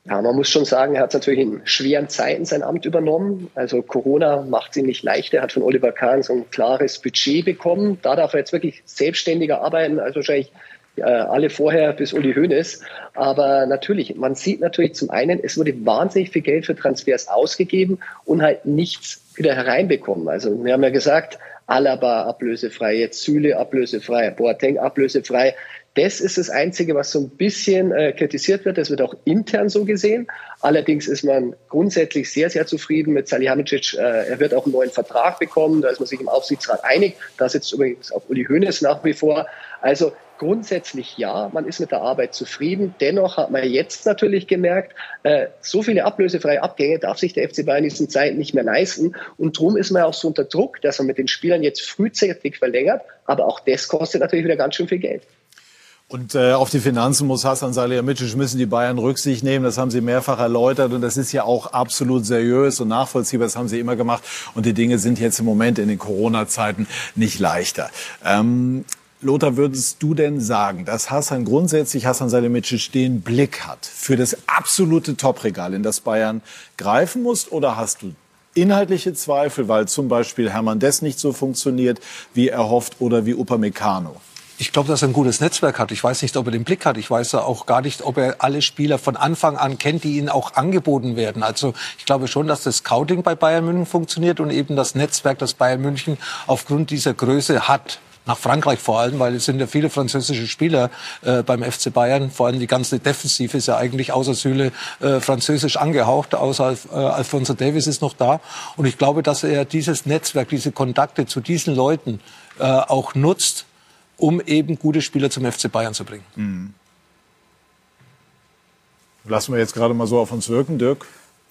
Ja, man muss schon sagen, er hat natürlich in schweren Zeiten sein Amt übernommen. Also Corona macht es ihm nicht leichter. Er hat von Oliver Kahn so ein klares Budget bekommen. Da darf er jetzt wirklich selbstständiger arbeiten, als wahrscheinlich alle vorher bis Uli Hoeneß. Aber natürlich, man sieht natürlich zum einen, es wurde wahnsinnig viel Geld für Transfers ausgegeben und halt nichts wieder hereinbekommen. Also wir haben ja gesagt, Alaba ablösefrei, jetzt Süle ablösefrei, Boateng ablösefrei. Das ist das Einzige, was so ein bisschen kritisiert wird. Das wird auch intern so gesehen. Allerdings ist man grundsätzlich sehr, sehr zufrieden mit Salihamidzic. Er wird auch einen neuen Vertrag bekommen. Da ist man sich im Aufsichtsrat einig. Da sitzt übrigens auch Uli Hoeneß nach wie vor. Also grundsätzlich ja, man ist mit der Arbeit zufrieden. Dennoch hat man jetzt natürlich gemerkt, so viele ablösefreie Abgänge darf sich der FC Bayern in diesen Zeiten nicht mehr leisten. Und darum ist man auch so unter Druck, dass man mit den Spielern jetzt frühzeitig verlängert. Aber auch das kostet natürlich wieder ganz schön viel Geld. Und auf die Finanzen muss Hasan Salihamidzic, müssen die Bayern Rücksicht nehmen. Das haben sie mehrfach erläutert. Und das ist ja auch absolut seriös und nachvollziehbar. Das haben sie immer gemacht. Und die Dinge sind jetzt im Moment in den Corona-Zeiten nicht leichter. Lothar, würdest du denn sagen, dass Hasan Salihamidzic den Blick hat für das absolute Topregal, in das Bayern greifen muss? Oder hast du inhaltliche Zweifel, weil zum Beispiel Hermann Dess nicht so funktioniert, wie er hofft, oder wie Upamecano? Ich glaube, dass er ein gutes Netzwerk hat. Ich weiß nicht, ob er den Blick hat. Ich weiß auch gar nicht, ob er alle Spieler von Anfang an kennt, die ihnen auch angeboten werden. Also ich glaube schon, dass das Scouting bei Bayern München funktioniert und eben das Netzwerk, das Bayern München aufgrund dieser Größe hat. Nach Frankreich vor allem, weil es sind ja viele französische Spieler beim FC Bayern. Vor allem die ganze Defensive ist ja eigentlich außer Süle französisch angehaucht. Außer Alphonso Davies ist noch da. Und ich glaube, dass er dieses Netzwerk, diese Kontakte zu diesen Leuten auch nutzt, um eben gute Spieler zum FC Bayern zu bringen. Mhm. Lassen wir jetzt gerade mal so auf uns wirken, Dirk.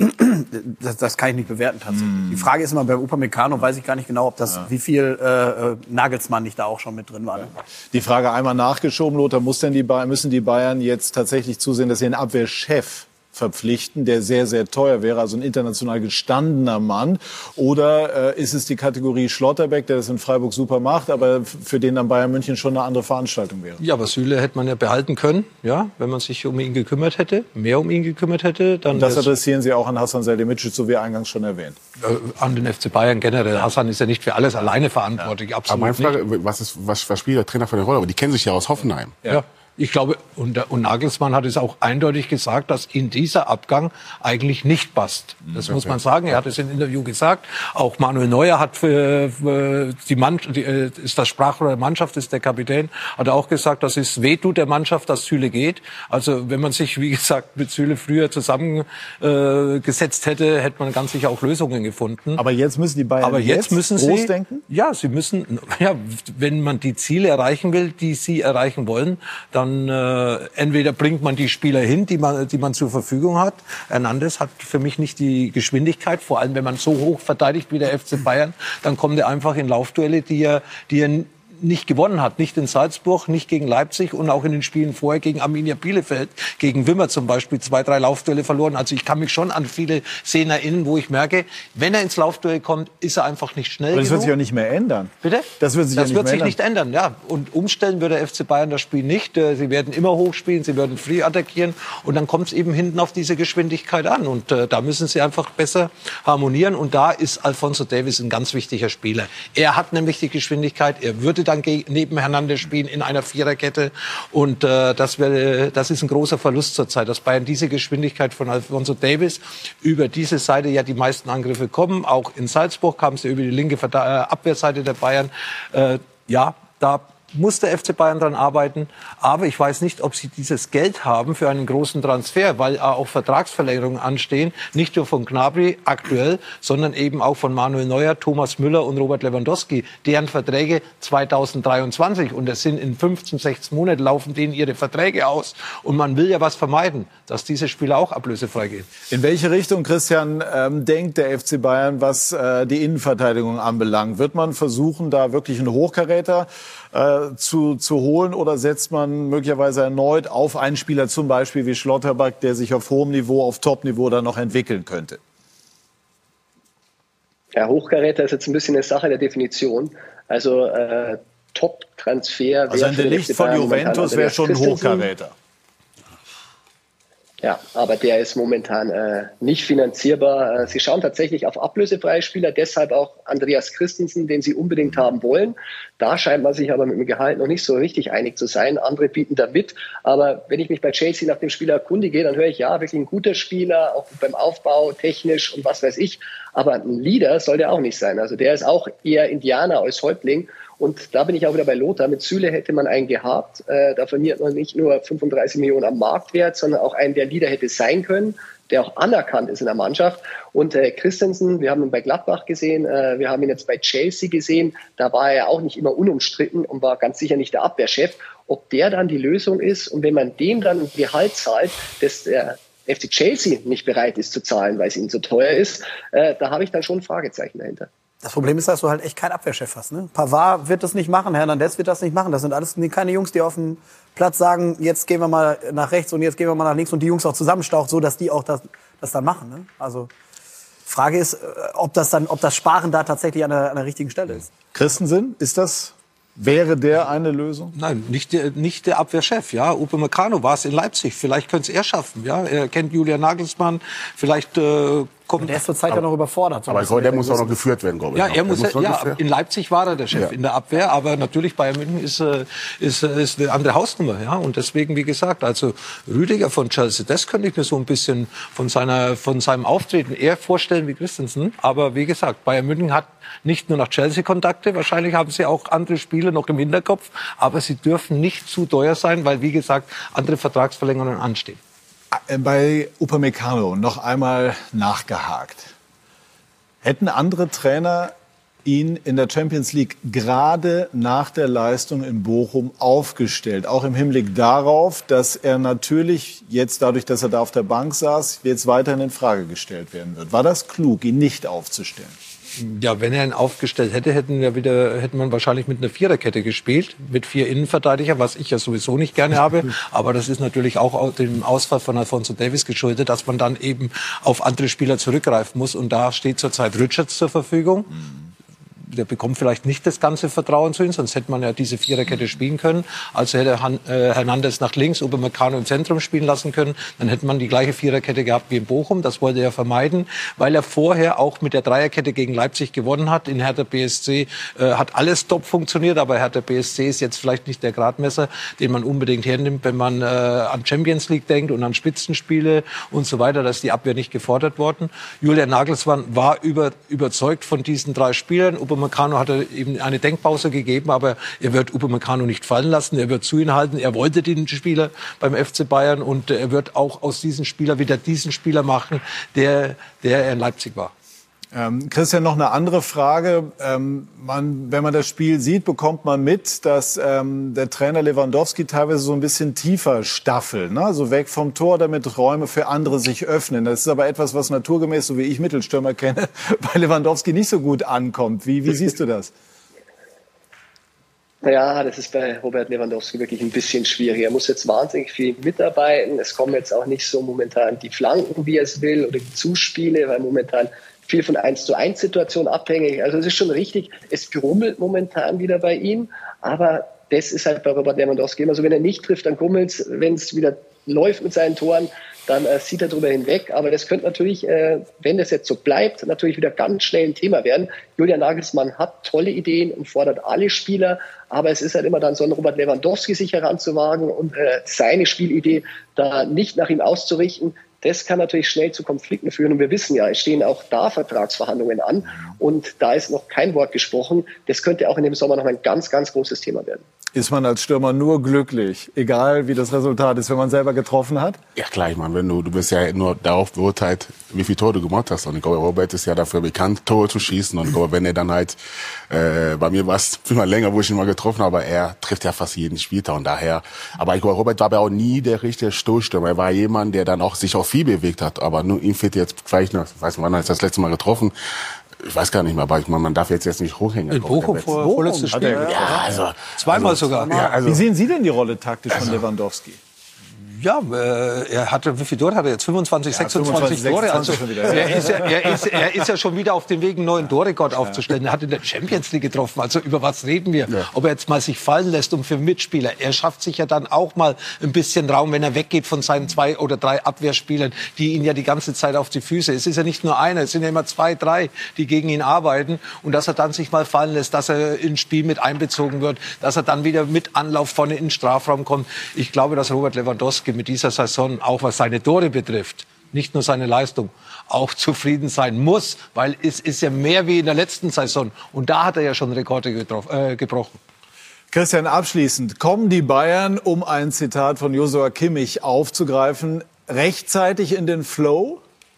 Das kann ich nicht bewerten tatsächlich. Die Frage ist immer, bei Upamecano weiß ich gar nicht genau, ob das, wie viel Nagelsmann nicht da auch schon mit drin war. Ne? Die Frage einmal nachgeschoben, Lothar, müssen die Bayern jetzt tatsächlich zusehen, dass sie einen Abwehrchef verpflichten, der sehr, sehr teuer wäre, also ein international gestandener Mann? Oder ist es die Kategorie Schlotterbeck, der das in Freiburg super macht, aber für den dann Bayern München schon eine andere Veranstaltung wäre? Ja, aber Süle hätte man ja behalten können, ja, wenn man sich um ihn gekümmert hätte, mehr um ihn gekümmert hätte. Dann und das adressieren Sie auch an Hasan Salihamidzic, so wie eingangs schon erwähnt? An den FC Bayern generell. Hasan ist ja nicht für alles alleine verantwortlich, ja. Absolut. Aber meine Frage, was spielt der Trainer für eine Rolle? Aber die kennen sich ja aus Hoffenheim. Ja. Ich glaube, und Nagelsmann hat es auch eindeutig gesagt, dass in dieser Abgang eigentlich nicht passt. Das muss man sagen. Er hat es im Interview gesagt. Auch Manuel Neuer hat für die Mannschaft, ist das Sprachrohr der Mannschaft, ist der Kapitän, hat auch gesagt, dass es wehtut der Mannschaft, dass Süle geht. Also wenn man sich, wie gesagt, mit Süle früher zusammengesetzt hätte, hätte man ganz sicher auch Lösungen gefunden. Aber jetzt müssen die Bayern groß denken? Ja, sie müssen, ja, wenn man die Ziele erreichen will, die sie erreichen wollen, dann entweder bringt man die Spieler hin, die man zur Verfügung hat. Hernandez hat für mich nicht die Geschwindigkeit, vor allem wenn man so hoch verteidigt wie der FC Bayern, dann kommt er einfach in Laufduelle, die er nicht gewonnen hat. Nicht in Salzburg, nicht gegen Leipzig und auch in den Spielen vorher gegen Arminia Bielefeld, gegen Wimmer zum Beispiel 2-3 Laufduelle verloren. Also ich kann mich schon an viele Szenen erinnern, wo ich merke, wenn er ins Laufduell kommt, ist er einfach nicht schnell genug. Das wird sich auch nicht mehr ändern. Bitte? Das wird sich nicht ändern, ja. Und umstellen würde der FC Bayern das Spiel nicht. Sie werden immer hochspielen, sie werden free attackieren und dann kommt es eben hinten auf diese Geschwindigkeit an. Und da müssen sie einfach besser harmonieren. Und da ist Alphonso Davies ein ganz wichtiger Spieler. Er hat nämlich die Geschwindigkeit, er würde dann neben Hernandez spielen in einer Viererkette. Und das ist ein großer Verlust zurzeit, dass Bayern diese Geschwindigkeit von Alphonso Davies über diese Seite ja die meisten Angriffe kommen. Auch in Salzburg kam es ja über die linke Abwehrseite der Bayern. Ja, da muss der FC Bayern dran arbeiten. Aber ich weiß nicht, ob sie dieses Geld haben für einen großen Transfer, weil auch Vertragsverlängerungen anstehen. Nicht nur von Gnabry aktuell, sondern eben auch von Manuel Neuer, Thomas Müller und Robert Lewandowski. Deren Verträge 2023. Und das sind in 15, 16 Monaten laufen denen ihre Verträge aus. Und man will ja was vermeiden, dass diese Spieler auch ablösefrei gehen. In welche Richtung, Christian, denkt der FC Bayern, was die Innenverteidigung anbelangt? Wird man versuchen, da wirklich einen Hochkaräter zu holen, oder setzt man möglicherweise erneut auf einen Spieler, zum Beispiel wie Schlotterbeck, der sich auf hohem Niveau, auf Top-Niveau dann noch entwickeln könnte? Ja, Hochkaräter ist jetzt ein bisschen eine Sache der Definition. Also Top-Transfer. Also ein Delicht von Juventus wäre schon ein Hochkaräter. Ja, aber der ist momentan nicht finanzierbar. Sie schauen tatsächlich auf ablösefreie Spieler, deshalb auch Andreas Christensen, den sie unbedingt haben wollen. Da scheint man sich aber mit dem Gehalt noch nicht so richtig einig zu sein. Andere bieten da mit. Aber wenn ich mich bei Chelsea nach dem Spieler erkundige, dann höre ich, ja, wirklich ein guter Spieler, auch beim Aufbau, technisch und was weiß ich. Aber ein Leader soll der auch nicht sein. Also der ist auch eher Indianer als Häuptling. Und da bin ich auch wieder bei Lothar. Mit Süle hätte man einen gehabt. Da verliert man nicht nur 35 Millionen am Marktwert, sondern auch einen, der Leader hätte sein können, der auch anerkannt ist in der Mannschaft. Und Christensen, wir haben ihn bei Gladbach gesehen, wir haben ihn jetzt bei Chelsea gesehen. Da war er auch nicht immer unumstritten und war ganz sicher nicht der Abwehrchef. Ob der dann die Lösung ist und wenn man dem dann ein Gehalt zahlt, das der FC Chelsea nicht bereit ist zu zahlen, weil es ihm zu teuer ist, da habe ich dann schon ein Fragezeichen dahinter. Das Problem ist, dass du halt echt keinen Abwehrchef hast. Ne? Pavard wird das nicht machen, Hernandez wird das nicht machen. Das sind alles keine Jungs, die auf dem Platz sagen, jetzt gehen wir mal nach rechts und jetzt gehen wir mal nach links und die Jungs auch zusammenstaucht, so dass die auch das dann machen. Ne? Also Frage ist, ob das Sparen da tatsächlich an der richtigen Stelle ist. Christensen, wäre der eine Lösung? Nein, nicht der Abwehrchef. Ja, Upamecano war es in Leipzig. Vielleicht könnte es er schaffen. Ja, er kennt Julian Nagelsmann. Vielleicht kommt. Der ist zurzeit ja noch überfordert. Aber der muss auch noch geführt werden, glaube ich. Ja, in Leipzig war er der Chef in der Abwehr, aber natürlich Bayern München ist eine andere Hausnummer. Ja, und deswegen, wie gesagt, also Rüdiger von Chelsea, das könnte ich mir so ein bisschen von seinem Auftreten eher vorstellen wie Christensen. Aber wie gesagt, Bayern München hat nicht nur nach Chelsea Kontakte, wahrscheinlich haben sie auch andere Spiele noch im Hinterkopf, aber sie dürfen nicht zu teuer sein, weil, wie gesagt, andere Vertragsverlängerungen anstehen. Bei Upamecano noch einmal nachgehakt. Hätten andere Trainer ihn in der Champions League gerade nach der Leistung in Bochum aufgestellt? Auch im Hinblick darauf, dass er natürlich jetzt dadurch, dass er da auf der Bank saß, jetzt weiterhin in Frage gestellt werden wird. War das klug, ihn nicht aufzustellen? Ja, wenn er ihn aufgestellt hätte, hätte man wahrscheinlich mit einer Viererkette gespielt, mit 4 Innenverteidiger, was ich ja sowieso nicht gerne habe. Aber das ist natürlich auch dem Ausfall von Alphonso Davies geschuldet, dass man dann eben auf andere Spieler zurückgreifen muss. Und da steht zurzeit Richards zur Verfügung. Der bekommt vielleicht nicht das ganze Vertrauen zu ihm, sonst hätte man ja diese Viererkette spielen können. Also hätte Hernandez nach links, Upamecano im Zentrum spielen lassen können. Dann hätte man die gleiche Viererkette gehabt wie in Bochum. Das wollte er vermeiden, weil er vorher auch mit der Dreierkette gegen Leipzig gewonnen hat. In Hertha BSC hat alles top funktioniert, aber Hertha BSC ist jetzt vielleicht nicht der Gradmesser, den man unbedingt hernimmt, wenn man an Champions League denkt und an Spitzenspiele und so weiter. Da ist die Abwehr nicht gefordert worden. Julian Nagelsmann war überzeugt von diesen 3 Spielern. Upamecano hat eben eine Denkpause gegeben, aber er wird Upamecano nicht fallen lassen. Er wird zu ihm halten. Er wollte den Spieler beim FC Bayern und er wird auch aus diesem Spieler wieder diesen Spieler machen, der in Leipzig war. Christian, noch eine andere Frage. Wenn man das Spiel sieht, bekommt man mit, dass der Trainer Lewandowski teilweise so ein bisschen tiefer staffelt, ne? Also weg vom Tor, damit Räume für andere sich öffnen. Das ist aber etwas, was naturgemäß, so wie ich Mittelstürmer kenne, bei Lewandowski nicht so gut ankommt. Wie siehst du das? Ja, das ist bei Robert Lewandowski wirklich ein bisschen schwierig. Er muss jetzt wahnsinnig viel mitarbeiten. Es kommen jetzt auch nicht so momentan die Flanken, wie er es will, oder die Zuspiele, weil momentan viel von 1:1 Situationen abhängig. Also es ist schon richtig, es grummelt momentan wieder bei ihm, aber das ist halt bei Robert Lewandowski immer so, wenn er nicht trifft, dann grummelt es, wenn es wieder läuft mit seinen Toren, dann sieht er drüber hinweg. Aber das könnte natürlich, wenn das jetzt so bleibt, natürlich wieder ganz schnell ein Thema werden. Julian Nagelsmann hat tolle Ideen und fordert alle Spieler, aber es ist halt immer dann so, ein Robert Lewandowski sich heranzuwagen und seine Spielidee da nicht nach ihm auszurichten. Das kann natürlich schnell zu Konflikten führen. Und wir wissen ja, es stehen auch da Vertragsverhandlungen an. Und da ist noch kein Wort gesprochen. Das könnte auch in dem Sommer noch ein ganz, ganz großes Thema werden. Ist man als Stürmer nur glücklich, egal wie das Resultat ist, wenn man selber getroffen hat? Ja klar, ich meine, du bist ja nur darauf beurteilt, wie viel Tore du gemacht hast. Und ich glaube, Robert ist ja dafür bekannt, Tore zu schießen. Und ich glaube, wenn er dann halt, bei mir war es immer länger, wo ich ihn mal getroffen habe, aber er trifft ja fast jeden Spieltag. Und daher, aber ich glaube, Robert war aber auch nie der richtige Stoßstürmer. Er war jemand, der dann auch sich auch viel bewegt hat. Aber nur ihm fehlt jetzt vielleicht noch, ich weiß nicht, wann er das letzte Mal getroffen. Ich weiß gar nicht mehr, aber ich meine, man darf jetzt nicht hochhängen. In Bochum vorletztes Spiel. Ja, also zweimal sogar. Ja, also. Wie sehen Sie denn die Rolle taktisch von Lewandowski? Ja, er hatte, wie viel Tore hat er jetzt? 25, 26 Tore. Also, er ist ja schon wieder auf dem Weg, einen neuen Torrekord aufzustellen. Er hat in der Champions League getroffen. Also über was reden wir? Ja. Ob er jetzt mal sich fallen lässt für Mitspieler. Er schafft sich ja dann auch mal ein bisschen Raum, wenn er weggeht von seinen 2 oder 3 Abwehrspielern, die ihn ja die ganze Zeit auf die Füße. Es ist ja nicht nur einer, es sind ja immer 2, 3, die gegen ihn arbeiten. Und dass er dann sich mal fallen lässt, dass er ins Spiel mit einbezogen wird, dass er dann wieder mit Anlauf vorne in den Strafraum kommt. Ich glaube, dass Robert Lewandowski mit dieser Saison, auch was seine Tore betrifft, nicht nur seine Leistung, auch zufrieden sein muss, weil es ist ja mehr wie in der letzten Saison. Und da hat er ja schon Rekorde gebrochen. Christian, abschließend, kommen die Bayern, um ein Zitat von Joshua Kimmich aufzugreifen, rechtzeitig in den Flow?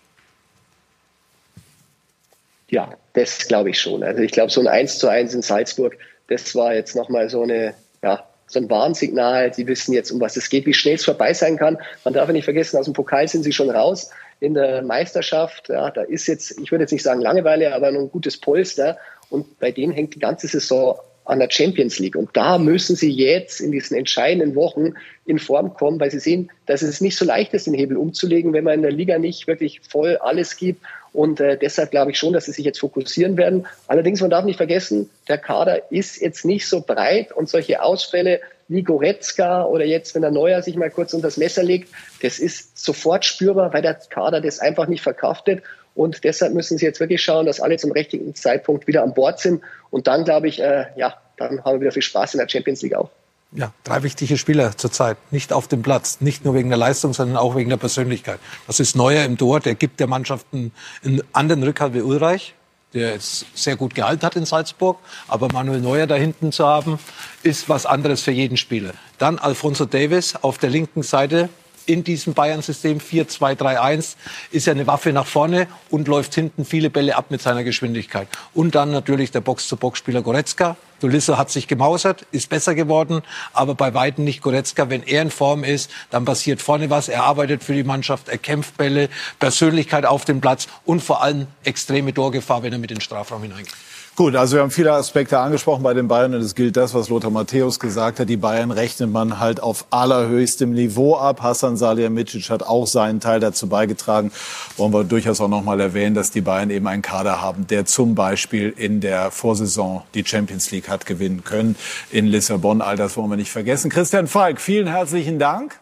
Ja, das glaube ich schon. Also ich glaube, so ein 1:1 in Salzburg, das war jetzt nochmal so ein Warnsignal. Sie wissen jetzt, um was es geht, wie schnell es vorbei sein kann. Man darf ja nicht vergessen, aus dem Pokal sind sie schon raus. In der Meisterschaft, da ist jetzt, ich würde jetzt nicht sagen Langeweile, aber ein gutes Polster. Und bei denen hängt die ganze Saison an der Champions League. Und da müssen sie jetzt in diesen entscheidenden Wochen in Form kommen, weil sie sehen, dass es nicht so leicht ist, den Hebel umzulegen, wenn man in der Liga nicht wirklich voll alles gibt. Und deshalb glaube ich schon, dass sie sich jetzt fokussieren werden. Allerdings, man darf nicht vergessen, der Kader ist jetzt nicht so breit und solche Ausfälle wie Goretzka oder jetzt, wenn der Neuer sich mal kurz unter das Messer legt, das ist sofort spürbar, weil der Kader das einfach nicht verkraftet. Und deshalb müssen sie jetzt wirklich schauen, dass alle zum richtigen Zeitpunkt wieder an Bord sind. Und dann, glaube ich, dann haben wir wieder viel Spaß in der Champions League auch. Ja, 3 wichtige Spieler zurzeit, nicht auf dem Platz, nicht nur wegen der Leistung, sondern auch wegen der Persönlichkeit. Das ist Neuer im Tor, der gibt der Mannschaft einen anderen Rückhalt wie Ulreich, der es sehr gut gehalten hat in Salzburg. Aber Manuel Neuer da hinten zu haben, ist was anderes für jeden Spieler. Dann Alphonso Davies auf der linken Seite. In diesem Bayern-System 4-2-3-1 ist er eine Waffe nach vorne und läuft hinten viele Bälle ab mit seiner Geschwindigkeit. Und dann natürlich der Box-zu-Box-Spieler Goretzka. Tolisso hat sich gemausert, ist besser geworden, aber bei weitem nicht Goretzka. Wenn er in Form ist, dann passiert vorne was. Er arbeitet für die Mannschaft, er kämpft Bälle, Persönlichkeit auf dem Platz und vor allem extreme Torgefahr, wenn er mit in den Strafraum hineingeht. Gut, also wir haben viele Aspekte angesprochen bei den Bayern und es gilt das, was Lothar Matthäus gesagt hat. Die Bayern rechnet man halt auf allerhöchstem Niveau ab. Hasan Salihamidzic hat auch seinen Teil dazu beigetragen. Wollen wir durchaus auch noch mal erwähnen, dass die Bayern eben einen Kader haben, der zum Beispiel in der Vorsaison die Champions League hat gewinnen können in Lissabon. All das wollen wir nicht vergessen. Christian Falk, vielen herzlichen Dank.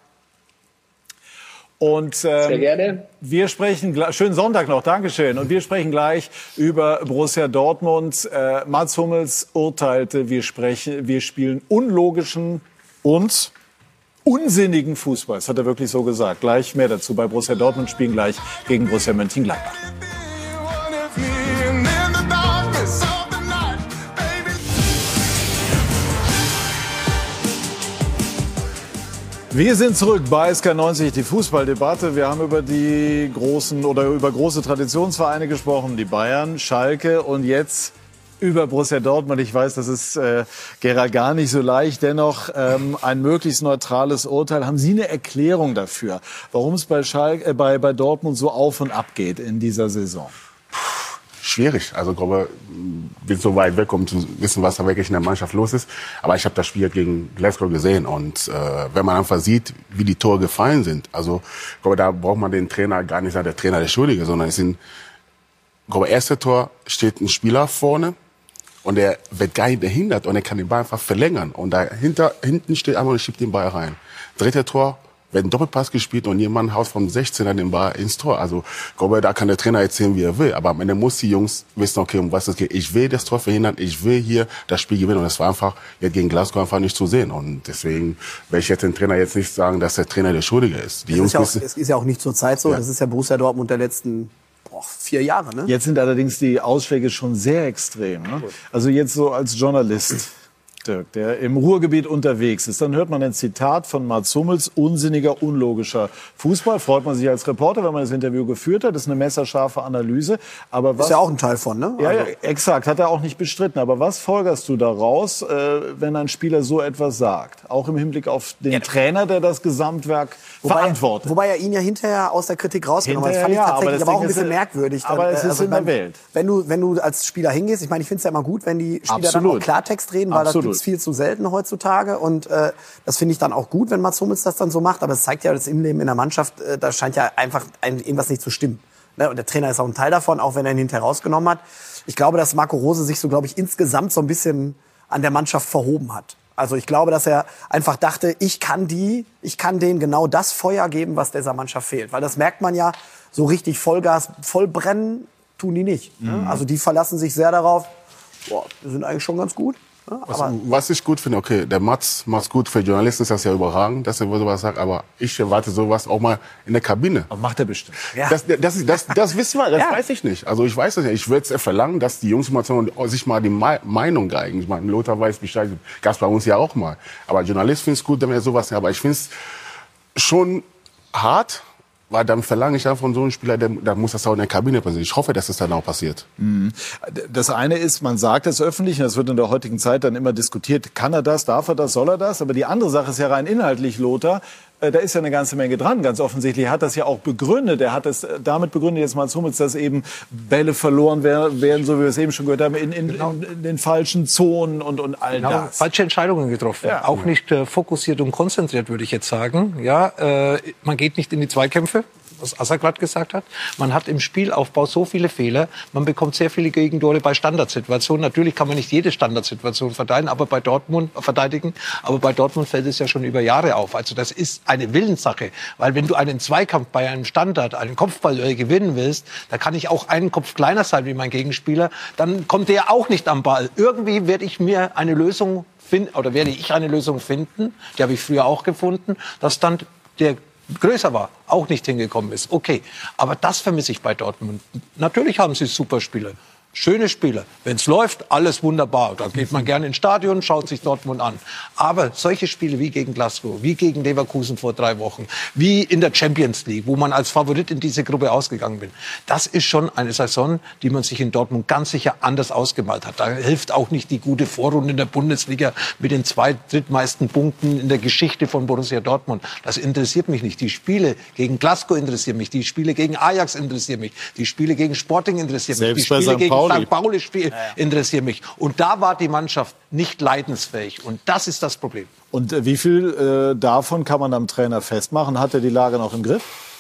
Und sehr gerne. Wir sprechen schönen Sonntag noch, Dankeschön. Und wir sprechen gleich über Borussia Dortmund. Mats Hummels urteilte, wir spielen unlogischen und unsinnigen Fußball. Das hat er wirklich so gesagt. Gleich mehr dazu bei Borussia Dortmund, spielen gleich gegen Borussia Mönchengladbach. Wir sind zurück bei SK90, die Fußballdebatte. Wir haben über die große Traditionsvereine gesprochen, die Bayern, Schalke und jetzt über Borussia Dortmund. Ich weiß, das ist Gerald gar nicht so leicht. Dennoch ein möglichst neutrales Urteil. Haben Sie eine Erklärung dafür, warum es bei Dortmund so auf und ab geht in dieser Saison? Schwierig. Also ich glaube, bin so weit weg, um zu wissen, was da wirklich in der Mannschaft los ist. Aber ich habe das Spiel gegen Glasgow gesehen. Und wenn man einfach sieht, wie die Tore gefallen sind, also ich glaube, da braucht man den Trainer gar nicht sagen, der Trainer der Schuldige, sondern es sind, ich glaube, erste Tor steht ein Spieler vorne und der wird gar nicht behindert und er kann den Ball einfach verlängern. Und hinten steht einfach und schiebt den Ball rein. Dritte Tor, wird ein Doppelpass gespielt und jemand haut vom 16er den Ball ins Tor. Also ich glaube, da kann der Trainer erzählen, wie er will. Aber am Ende muss die Jungs wissen, okay, um was es geht. Ich will das Tor verhindern, ich will hier das Spiel gewinnen. Und das war einfach jetzt gegen Glasgow einfach nicht zu sehen. Und deswegen werde ich jetzt den Trainer jetzt nicht sagen, dass der Trainer der Schuldige ist. Die Jungs es ist ja auch nicht zur Zeit so. Ja. Das ist ja Borussia Dortmund der letzten 4 Jahre. Ne? Jetzt sind allerdings die Ausschläge schon sehr extrem. Ne? Also jetzt so als Journalist, Dirk, der im Ruhrgebiet unterwegs ist, dann hört man ein Zitat von Mats Hummels, unsinniger, unlogischer Fußball. Freut man sich als Reporter, wenn man das Interview geführt hat. Das ist eine messerscharfe Analyse. Aber was, ist ja auch ein Teil von, ne? Ja, ja, exakt, hat er auch nicht bestritten. Aber was folgerst du daraus, wenn ein Spieler so etwas sagt? Auch im Hinblick auf den Trainer, der das Gesamtwerk verantwortet. Wobei er ihn ja hinterher aus der Kritik rausgenommen hat. Das fand ich tatsächlich aber auch ein bisschen merkwürdig. Aber es ist in der Welt. Wenn du als Spieler hingehst, ich meine, ich finde es ja immer gut, wenn die Spieler dann auch Klartext reden, weil das gibt Hummels viel zu selten heutzutage. Und das finde ich dann auch gut, wenn Mats Hummels das dann so macht. Aber es zeigt ja das Innenleben in der Mannschaft, da scheint ja einfach irgendwas nicht zu stimmen. Ne? Und der Trainer ist auch ein Teil davon, auch wenn er ihn hinterher rausgenommen hat. Ich glaube, dass Marco Rose sich so, glaube ich, insgesamt so ein bisschen an der Mannschaft verhoben hat. Also ich glaube, dass er einfach dachte, ich kann denen genau das Feuer geben, was dieser Mannschaft fehlt. Weil das merkt man ja, so richtig Vollgas, vollbrennen tun die nicht. Ne? Also die verlassen sich sehr darauf, boah, wir sind eigentlich schon ganz gut. Ne? Was ich gut finde, okay, der Mats macht's gut, für Journalisten ist das ja überragend, dass er sowas sagt, aber ich erwarte sowas auch mal in der Kabine. Aber macht er bestimmt. Ja. Das wissen wir, das weiß ich nicht. Also ich weiß es nicht. Ich würde es verlangen, dass die Jungs sich mal die Meinung geigen. Ich meine, Lothar weiß Bescheid, gab's bei uns ja auch mal. Aber Journalist finde es gut, wenn er sowas, aber ich finde es schon hart, weil dann verlange ich einfach von so einem Spieler, da muss das auch in der Kabine passieren. Ich hoffe, dass das dann auch passiert. Das eine ist, man sagt es öffentlich, und das wird in der heutigen Zeit dann immer diskutiert, kann er das, darf er das, soll er das? Aber die andere Sache ist ja rein inhaltlich, Lothar, da ist ja eine ganze Menge dran. Ganz offensichtlich hat das ja auch begründet. Er hat es damit begründet, jetzt Mats Hummels, dass eben Bälle verloren werden, so wie wir es eben schon gehört haben, in den falschen Zonen und all das. Falsche Entscheidungen getroffen. Ja. Auch nicht fokussiert und konzentriert, würde ich jetzt sagen. Ja, man geht nicht in die Zweikämpfe, was Assa gerade gesagt hat. Man hat im Spielaufbau so viele Fehler. Man bekommt sehr viele Gegentore bei Standardsituationen. Natürlich kann man nicht jede Standardsituation verteidigen, aber bei Dortmund fällt es ja schon über Jahre auf. Also das ist eine Willenssache. Weil wenn du einen Zweikampf bei einem Standard, einen Kopfball gewinnen willst, da kann ich auch einen Kopf kleiner sein wie mein Gegenspieler. Dann kommt der auch nicht am Ball. Irgendwie werde ich eine Lösung finden, die habe ich früher auch gefunden, dass dann der größer war, auch nicht hingekommen ist. Okay, aber das vermisse ich bei Dortmund. Natürlich haben sie Superspieler, schöne Spieler. Wenn es läuft, alles wunderbar. Da geht man gerne ins Stadion, schaut sich Dortmund an. Aber solche Spiele wie gegen Glasgow, wie gegen Leverkusen vor 3 Wochen, wie in der Champions League, wo man als Favorit in diese Gruppe ausgegangen bin, das ist schon eine Saison, die man sich in Dortmund ganz sicher anders ausgemalt hat. Da hilft auch nicht die gute Vorrunde in der Bundesliga mit den 2 drittmeisten Punkten in der Geschichte von Borussia Dortmund. Das interessiert mich nicht. Die Spiele gegen Glasgow interessieren mich, die Spiele gegen Ajax interessieren mich, die Spiele gegen Sporting interessieren mich, die Spiele gegen St. Pauli-Spiel interessiert mich. Und da war die Mannschaft nicht leidensfähig. Und das ist das Problem. Und wie viel davon kann man am Trainer festmachen? Hat er die Lage noch im Griff?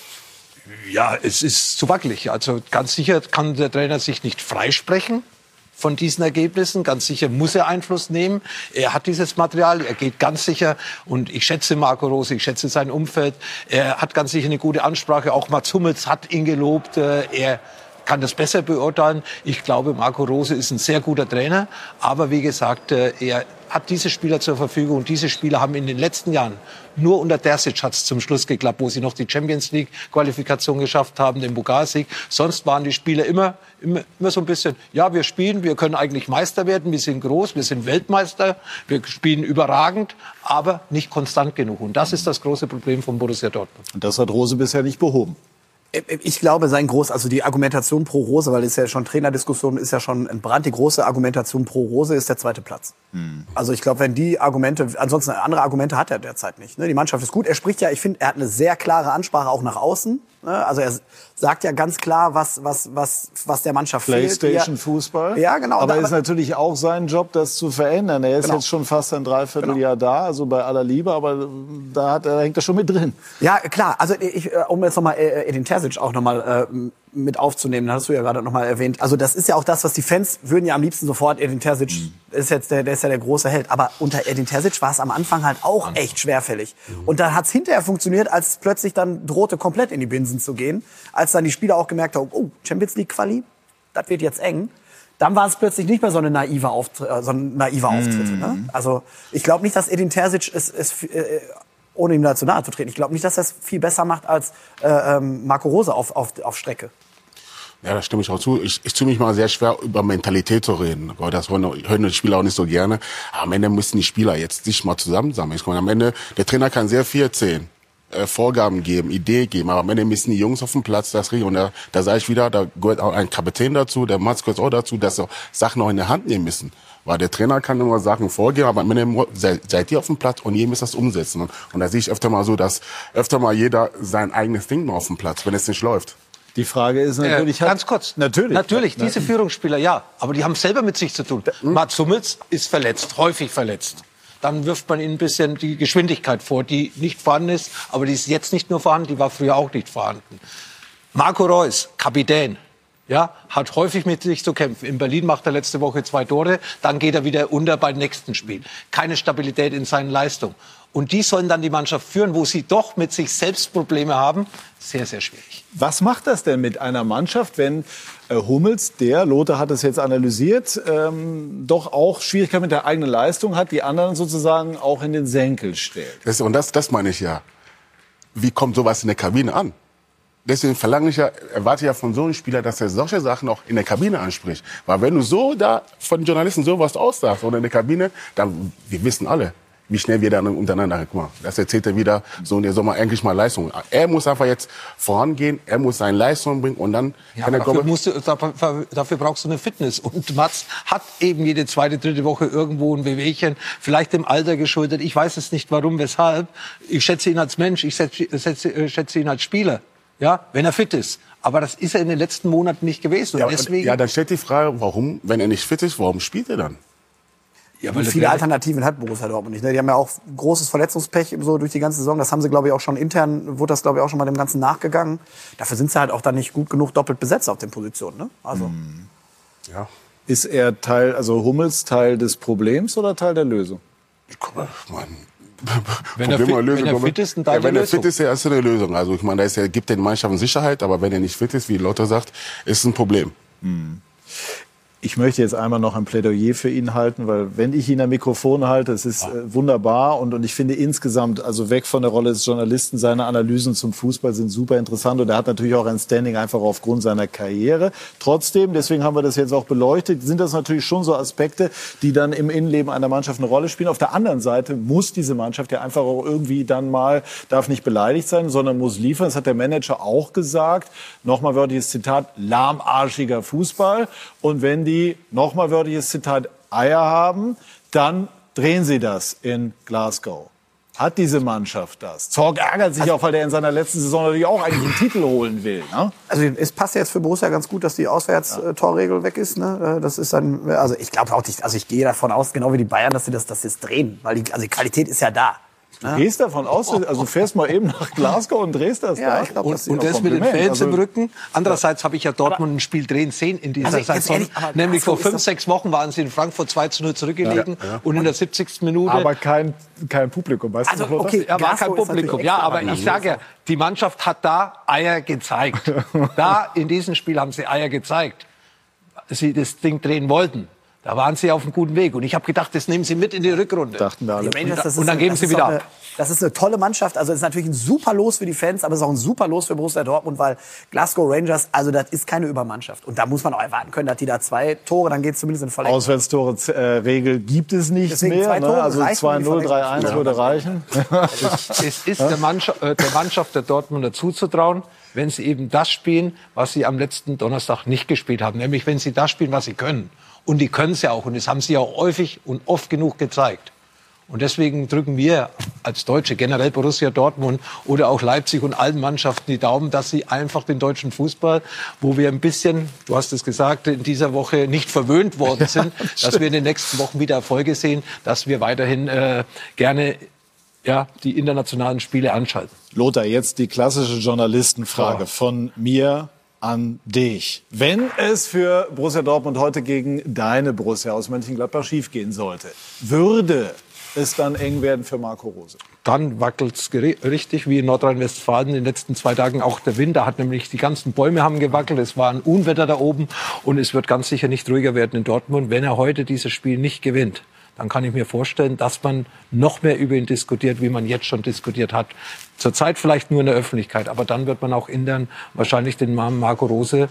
Ja, es ist zu wackelig. Also ganz sicher kann der Trainer sich nicht freisprechen von diesen Ergebnissen. Ganz sicher muss er Einfluss nehmen. Er hat dieses Material, er geht ganz sicher, und ich schätze Marco Rose, ich schätze sein Umfeld, er hat ganz sicher eine gute Ansprache. Auch Mats Hummels hat ihn gelobt. Er kann das besser beurteilen. Ich glaube, Marco Rose ist ein sehr guter Trainer. Aber wie gesagt, er hat diese Spieler zur Verfügung. Und diese Spieler haben in den letzten Jahren, nur unter Terzic hat es zum Schluss geklappt, wo sie noch die Champions-League-Qualifikation geschafft haben, den Pokalsieg. Sonst waren die Spieler immer so ein bisschen, ja, wir spielen, wir können eigentlich Meister werden, wir sind groß, wir sind Weltmeister, wir spielen überragend, aber nicht konstant genug. Und das ist das große Problem von Borussia Dortmund. Und das hat Rose bisher nicht behoben. Ich glaube, also die Argumentation pro Rose, weil es ja schon Trainerdiskussion ist ja schon entbrannt, die große Argumentation pro Rose ist der 2. Platz. Also ich glaube, wenn die Argumente, ansonsten andere Argumente hat er derzeit nicht. Ne? Die Mannschaft ist gut. Er spricht ja, ich finde, er hat eine sehr klare Ansprache auch nach außen. Ne? Also er sagt ja ganz klar, was der Mannschaft fehlt. PlayStation-Fußball. Ja, genau. Aber es ist natürlich auch sein Job, das zu verändern. Er ist jetzt schon fast ein Dreivierteljahr da, also bei aller Liebe, aber da hängt er schon mit drin. Ja, klar. Also um jetzt nochmal Edin Terzic auch nochmal mit aufzunehmen, das hast du ja gerade nochmal erwähnt. Also das ist ja auch das, was die Fans würden ja am liebsten sofort, Edin Terzic ist jetzt der ist ja der große Held. Aber unter Edin Terzic war es am Anfang halt auch echt schwerfällig. Und dann hat es hinterher funktioniert, als plötzlich dann drohte, komplett in die Binsen zu gehen. Als dann die Spieler auch gemerkt haben, oh, Champions League Quali, das wird jetzt eng. Dann war es plötzlich nicht mehr so eine naive Auftritt. Ne? Also ich glaube nicht, dass Edin Terzic ohne ihm da zu nahe zu treten, ich glaube nicht, dass er es viel besser macht als Marco Rose auf Strecke. Ja, das stimme ich auch zu. Ich tue mich mal sehr schwer, über Mentalität zu reden. Das hören die Spieler auch nicht so gerne. Aber am Ende müssen die Spieler jetzt sich mal zusammensammeln. Ich meine, am Ende, der Trainer kann sehr viel erzählen, Vorgaben geben, Ideen geben. Aber am Ende müssen die Jungs auf dem Platz das regeln. Und da sage ich wieder, da gehört auch ein Kapitän dazu, der Mats gehört auch dazu, dass sie Sachen auch in der Hand nehmen müssen. Weil der Trainer kann nur Sachen vorgeben, aber am Ende seid ihr auf dem Platz und ihr müsst das umsetzen. Und da sehe ich öfter mal so, dass öfter mal jeder sein eigenes Ding mal auf dem Platz, wenn es nicht läuft. Die Frage ist natürlich... ganz kurz. Natürlich, diese Führungsspieler, ja. Aber die haben selber mit sich zu tun. Mats Hummels ist verletzt, häufig verletzt. Dann wirft man ihnen ein bisschen die Geschwindigkeit vor, die nicht vorhanden ist. Aber die ist jetzt nicht nur vorhanden, die war früher auch nicht vorhanden. Marco Reus, Kapitän, ja, hat häufig mit sich zu kämpfen. In Berlin macht er letzte Woche 2 Tore, dann geht er wieder unter beim nächsten Spiel. Keine Stabilität in seinen Leistungen. Und die sollen dann die Mannschaft führen, wo sie doch mit sich selbst Probleme haben. Sehr, sehr schwierig. Was macht das denn mit einer Mannschaft, wenn Hummels, Lothar hat es jetzt analysiert, doch auch Schwierigkeiten mit der eigenen Leistung hat, die anderen sozusagen auch in den Senkel stellt? Das meine ich ja. Wie kommt sowas in der Kabine an? Deswegen erwarte ja von so einem Spieler, dass er solche Sachen auch in der Kabine anspricht. Weil wenn du so da von den Journalisten sowas aussagst oder in der Kabine, dann, wir wissen alle, wie schnell wir dann untereinander, guck mal, das erzählt er wieder, so, und der soll mal eigentlich mal Leistung. Er muss einfach jetzt vorangehen, er muss seine Leistung bringen und dann kann er, dafür brauchst du eine Fitness. Und Mats hat eben jede zweite, dritte Woche irgendwo ein Wehwehchen, vielleicht dem Alter geschuldet. Ich weiß es nicht, warum, weshalb. Ich schätze ihn als Mensch, ich schätze ihn als Spieler. Ja, wenn er fit ist. Aber das ist er in den letzten Monaten nicht gewesen. Und deswegen dann stellt die Frage, warum, wenn er nicht fit ist, warum spielt er dann? Ja, weil viele Alternativen hat Borussia Dortmund nicht. Ne? Die haben ja auch großes Verletzungspech so durch die ganze Saison. Das haben sie, glaube ich, auch schon intern, wurde das, glaube ich, auch schon mal dem Ganzen nachgegangen. Dafür sind sie halt auch dann nicht gut genug doppelt besetzt auf den Positionen. Ne? Also. Ja. Ist er Hummels Teil des Problems oder Teil der Lösung? Wenn er fit ist, dann wenn er fit ist, ist er eine Lösung. Also ich meine, gibt den Mannschaften Sicherheit, aber wenn er nicht fit ist, wie Lothar sagt, ist es ein Problem. Ich möchte jetzt einmal noch ein Plädoyer für ihn halten, weil wenn ich ihn am Mikrofon halte, es ist wunderbar und ich finde insgesamt, also weg von der Rolle des Journalisten, seine Analysen zum Fußball sind super interessant und er hat natürlich auch ein Standing einfach aufgrund seiner Karriere. Trotzdem, deswegen haben wir das jetzt auch beleuchtet, sind das natürlich schon so Aspekte, die dann im Innenleben einer Mannschaft eine Rolle spielen. Auf der anderen Seite muss diese Mannschaft ja einfach auch irgendwie dann mal, darf nicht beleidigt sein, sondern muss liefern. Das hat der Manager auch gesagt. Nochmal wörtliches Zitat, lahmarschiger Fußball. Und wenn die, nochmal wörtliches Zitat, Eier haben, dann drehen sie das in Glasgow. Hat diese Mannschaft das? Zorc ärgert sich auch, weil er in seiner letzten Saison natürlich auch eigentlich einen Titel holen will. Ne? Also es passt jetzt für Borussia ganz gut, dass die Auswärtstorregel weg ist. Ne? Das ist dann, also ich glaube auch nicht, also ich gehe davon aus, genau wie die Bayern, dass sie das jetzt drehen, weil die Qualität ist ja da. Du gehst davon aus, also fährst mal eben nach Glasgow und drehst das da. Ich glaub, und das mit den Fans im Rücken. Andererseits habe ich ja Dortmund ein Spiel drehen sehen in dieser Saison. Nämlich vor 5-6 Wochen waren sie in Frankfurt 2:0 zurückgelegen und in der 70. Minute. Aber kein Publikum, weißt du? Okay, ja, war kein Publikum. Ja, aber ich sage ja, die Mannschaft hat da Eier gezeigt. Da in diesem Spiel haben sie Eier gezeigt. Sie das Ding drehen wollten. Da waren sie auf einem guten Weg. Und ich habe gedacht, das nehmen sie mit in die Rückrunde. Dachten wir alle. Und dann geben sie wieder ab. Das ist eine tolle Mannschaft. Also es ist natürlich ein super Los für die Fans, aber es ist auch ein super Los für Borussia Dortmund, weil Glasgow Rangers, also das ist keine Übermannschaft. Und da muss man auch erwarten können, dass die da 2 Tore, dann geht es zumindest in Verlängerung. Auswärtstore-Regel gibt es nicht Deswegen mehr. 2 Tore Also 2-0, 3-1 würde reichen. Es ist der Mannschaft der Dortmunder zuzutrauen, wenn sie eben das spielen, was sie am letzten Donnerstag nicht gespielt haben. Nämlich wenn sie das spielen, was sie können. Und die können es ja auch. Und das haben sie ja auch häufig und oft genug gezeigt. Und deswegen drücken wir als Deutsche, generell Borussia Dortmund oder auch Leipzig und allen Mannschaften die Daumen, dass sie einfach den deutschen Fußball, wo wir ein bisschen, du hast es gesagt, in dieser Woche nicht verwöhnt worden sind, dass wir in den nächsten Wochen wieder Erfolge sehen, dass wir weiterhin gerne die internationalen Spiele anschalten. Lothar, jetzt die klassische Journalistenfrage von mir an dich. Wenn es für Borussia Dortmund heute gegen deine Borussia aus Mönchengladbach schiefgehen sollte, würde es dann eng werden für Marco Rose? Dann wackelt's richtig, wie in Nordrhein-Westfalen in den letzten 2 Tagen auch der Wind. Da hat nämlich die ganzen Bäume haben gewackelt. Es war ein Unwetter da oben und es wird ganz sicher nicht ruhiger werden in Dortmund, wenn er heute dieses Spiel nicht gewinnt. Dann kann ich mir vorstellen, dass man noch mehr über ihn diskutiert, wie man jetzt schon diskutiert hat. Zurzeit vielleicht nur in der Öffentlichkeit, aber dann wird man auch intern wahrscheinlich den Namen Marco Rose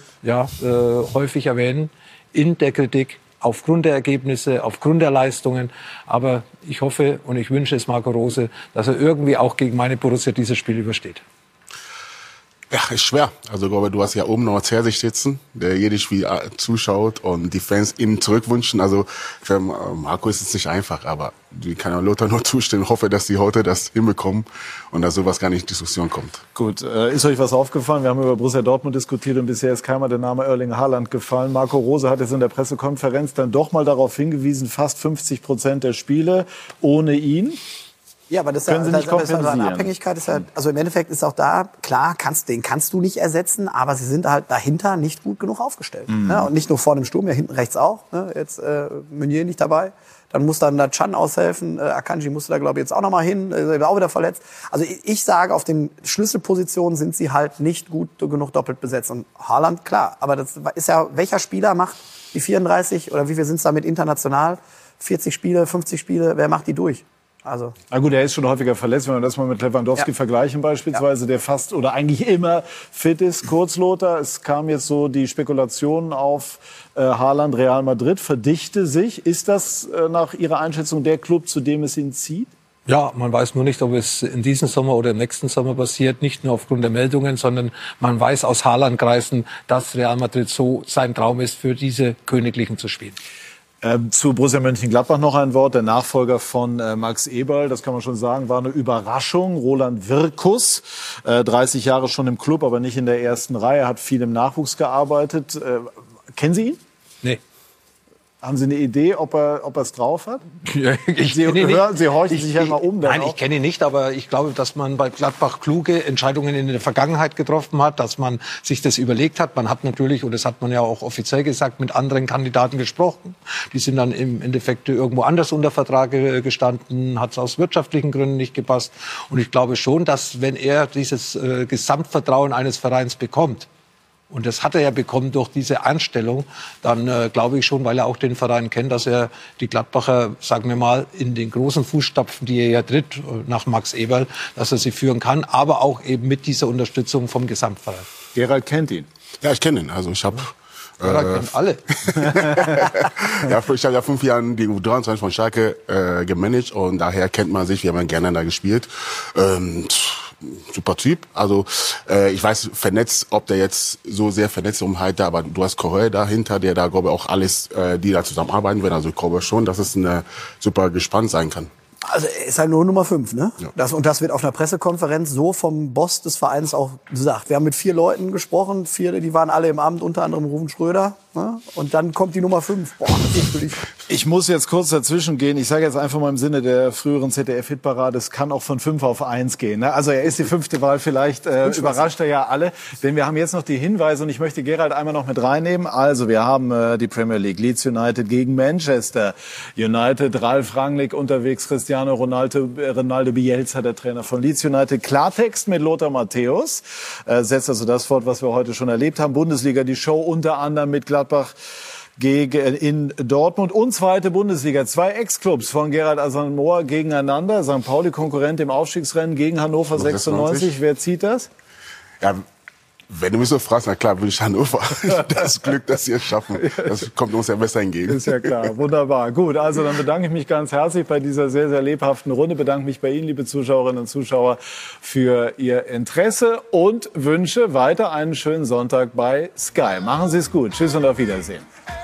häufig erwähnen in der Kritik aufgrund der Ergebnisse, aufgrund der Leistungen. Aber ich hoffe und ich wünsche es Marco Rose, dass er irgendwie auch gegen meine Borussia dieses Spiel übersteht. Ja, ist schwer. Also, ich glaube, du hast ja oben noch Zersich sitzen, der jedes Spiel zuschaut und die Fans ihm zurückwünschen. Also, für Marco ist es nicht einfach, aber ich kann ja Lothar nur zustimmen. Ich hoffe, dass die heute das hinbekommen und dass sowas gar nicht in Diskussion kommt. Gut, ist euch was aufgefallen? Wir haben über Borussia Dortmund diskutiert und bisher ist keiner der Name Erling Haaland gefallen. Marco Rose hat jetzt in der Pressekonferenz dann doch mal darauf hingewiesen, fast 50% der Spiele ohne ihn. Ja, aber das können Sie nicht kompensieren. Eine Abhängigkeit ist ja, also im Endeffekt ist auch da, klar, den kannst du nicht ersetzen, aber sie sind halt dahinter nicht gut genug aufgestellt. Ja, und nicht nur vorne im Sturm, ja hinten rechts auch. Ne? Jetzt Meunier nicht dabei. Dann muss dann da Can aushelfen. Akanji musste da, glaube ich, jetzt auch noch mal hin. Er war auch wieder verletzt. Also ich sage, auf den Schlüsselpositionen sind sie halt nicht gut genug doppelt besetzt. Und Haaland, klar. Aber das ist ja, welcher Spieler macht die 34 oder wie viel sind es damit international? 40 Spiele, 50 Spiele, wer macht die durch? Also. Na gut, er ist schon häufiger verletzt, wenn wir das mal mit Lewandowski vergleichen beispielsweise, der fast oder eigentlich immer fit ist. Kurz, Lothar, es kam jetzt so die Spekulation auf Haaland, Real Madrid, verdichte sich. Ist das nach Ihrer Einschätzung der Club, zu dem es ihn zieht? Ja, man weiß nur nicht, ob es in diesem Sommer oder im nächsten Sommer passiert. Nicht nur aufgrund der Meldungen, sondern man weiß aus Haaland-Kreisen, dass Real Madrid so sein Traum ist, für diese Königlichen zu spielen. Zu Borussia Mönchengladbach noch ein Wort. Der Nachfolger von Max Eberl, das kann man schon sagen, war eine Überraschung. Roland Wirkus, 30 Jahre schon im Club, aber nicht in der ersten Reihe, hat viel im Nachwuchs gearbeitet. Kennen Sie ihn? Nee. Haben Sie eine Idee, ob er es drauf hat? Sie horchen sich ja mal um. Nein, ich kenne ihn nicht, aber ich glaube, dass man bei Gladbach kluge Entscheidungen in der Vergangenheit getroffen hat, dass man sich das überlegt hat. Man hat natürlich, und das hat man ja auch offiziell gesagt, mit anderen Kandidaten gesprochen. Die sind dann im Endeffekt irgendwo anders unter Vertrag gestanden, hat es aus wirtschaftlichen Gründen nicht gepasst. Und ich glaube schon, dass wenn er dieses Gesamtvertrauen eines Vereins bekommt, und das hat er ja bekommen durch diese Anstellung, dann glaube ich schon, weil er auch den Verein kennt, dass er die Gladbacher, sagen wir mal, in den großen Fußstapfen, die er ja tritt, nach Max Eberl, dass er sie führen kann, aber auch eben mit dieser Unterstützung vom Gesamtverein. Gerald kennt ihn. Ja, ich kenne ihn. Also ich habe kennt alle. Ja, ich habe ja 5 Jahre die U23 von Schalke gemanagt und daher kennt man sich. Wir haben ja gerne da gespielt. Super Typ. Also ich weiß vernetzt, ob der jetzt so sehr vernetzt umhalte, aber du hast Correa dahinter, der da glaube ich auch alles, die da zusammenarbeiten werden. Also ich glaube schon, dass es super gespannt sein kann. Also er ist halt nur Nummer 5, ne? Ja. Das wird auf einer Pressekonferenz so vom Boss des Vereins auch gesagt. Wir haben mit 4 Leuten gesprochen, 4, die waren alle im Amt, unter anderem Ruven Schröder. Ne? Und dann kommt die Nummer 5. Boah, das ist natürlich. Ich muss jetzt kurz dazwischen gehen. Ich sage jetzt einfach mal im Sinne der früheren ZDF-Hitparade, es kann auch von 5 auf 1 gehen. Ne? Also er ist die 5. Wahl, vielleicht überrascht er ja alle. Denn wir haben jetzt noch die Hinweise und ich möchte Gerald einmal noch mit reinnehmen. Also wir haben die Premier League, Leeds United gegen Manchester United, Ralf Rangnick unterwegs, Cristiano Ronaldo Bielsa, der Trainer von Leeds United. Klartext mit Lothar Matthäus. Setzt also das fort, was wir heute schon erlebt haben. Bundesliga, die Show unter anderem mit Gladbach in Dortmund und zweite Bundesliga. 2 Ex-Clubs von Gerald Asamoah gegeneinander. St. Pauli Konkurrent im Aufstiegsrennen gegen Hannover 96. Wer zieht das? Ja, wenn du mich so fragst, na klar, würde ich Hannover. Das Glück, dass sie es schaffen. Das kommt uns ja besser entgegen. Ist ja klar. Wunderbar. Gut, also dann bedanke ich mich ganz herzlich bei dieser sehr, sehr lebhaften Runde. Bedanke mich bei Ihnen, liebe Zuschauerinnen und Zuschauer, für Ihr Interesse und wünsche weiter einen schönen Sonntag bei Sky. Machen Sie es gut. Tschüss und auf Wiedersehen.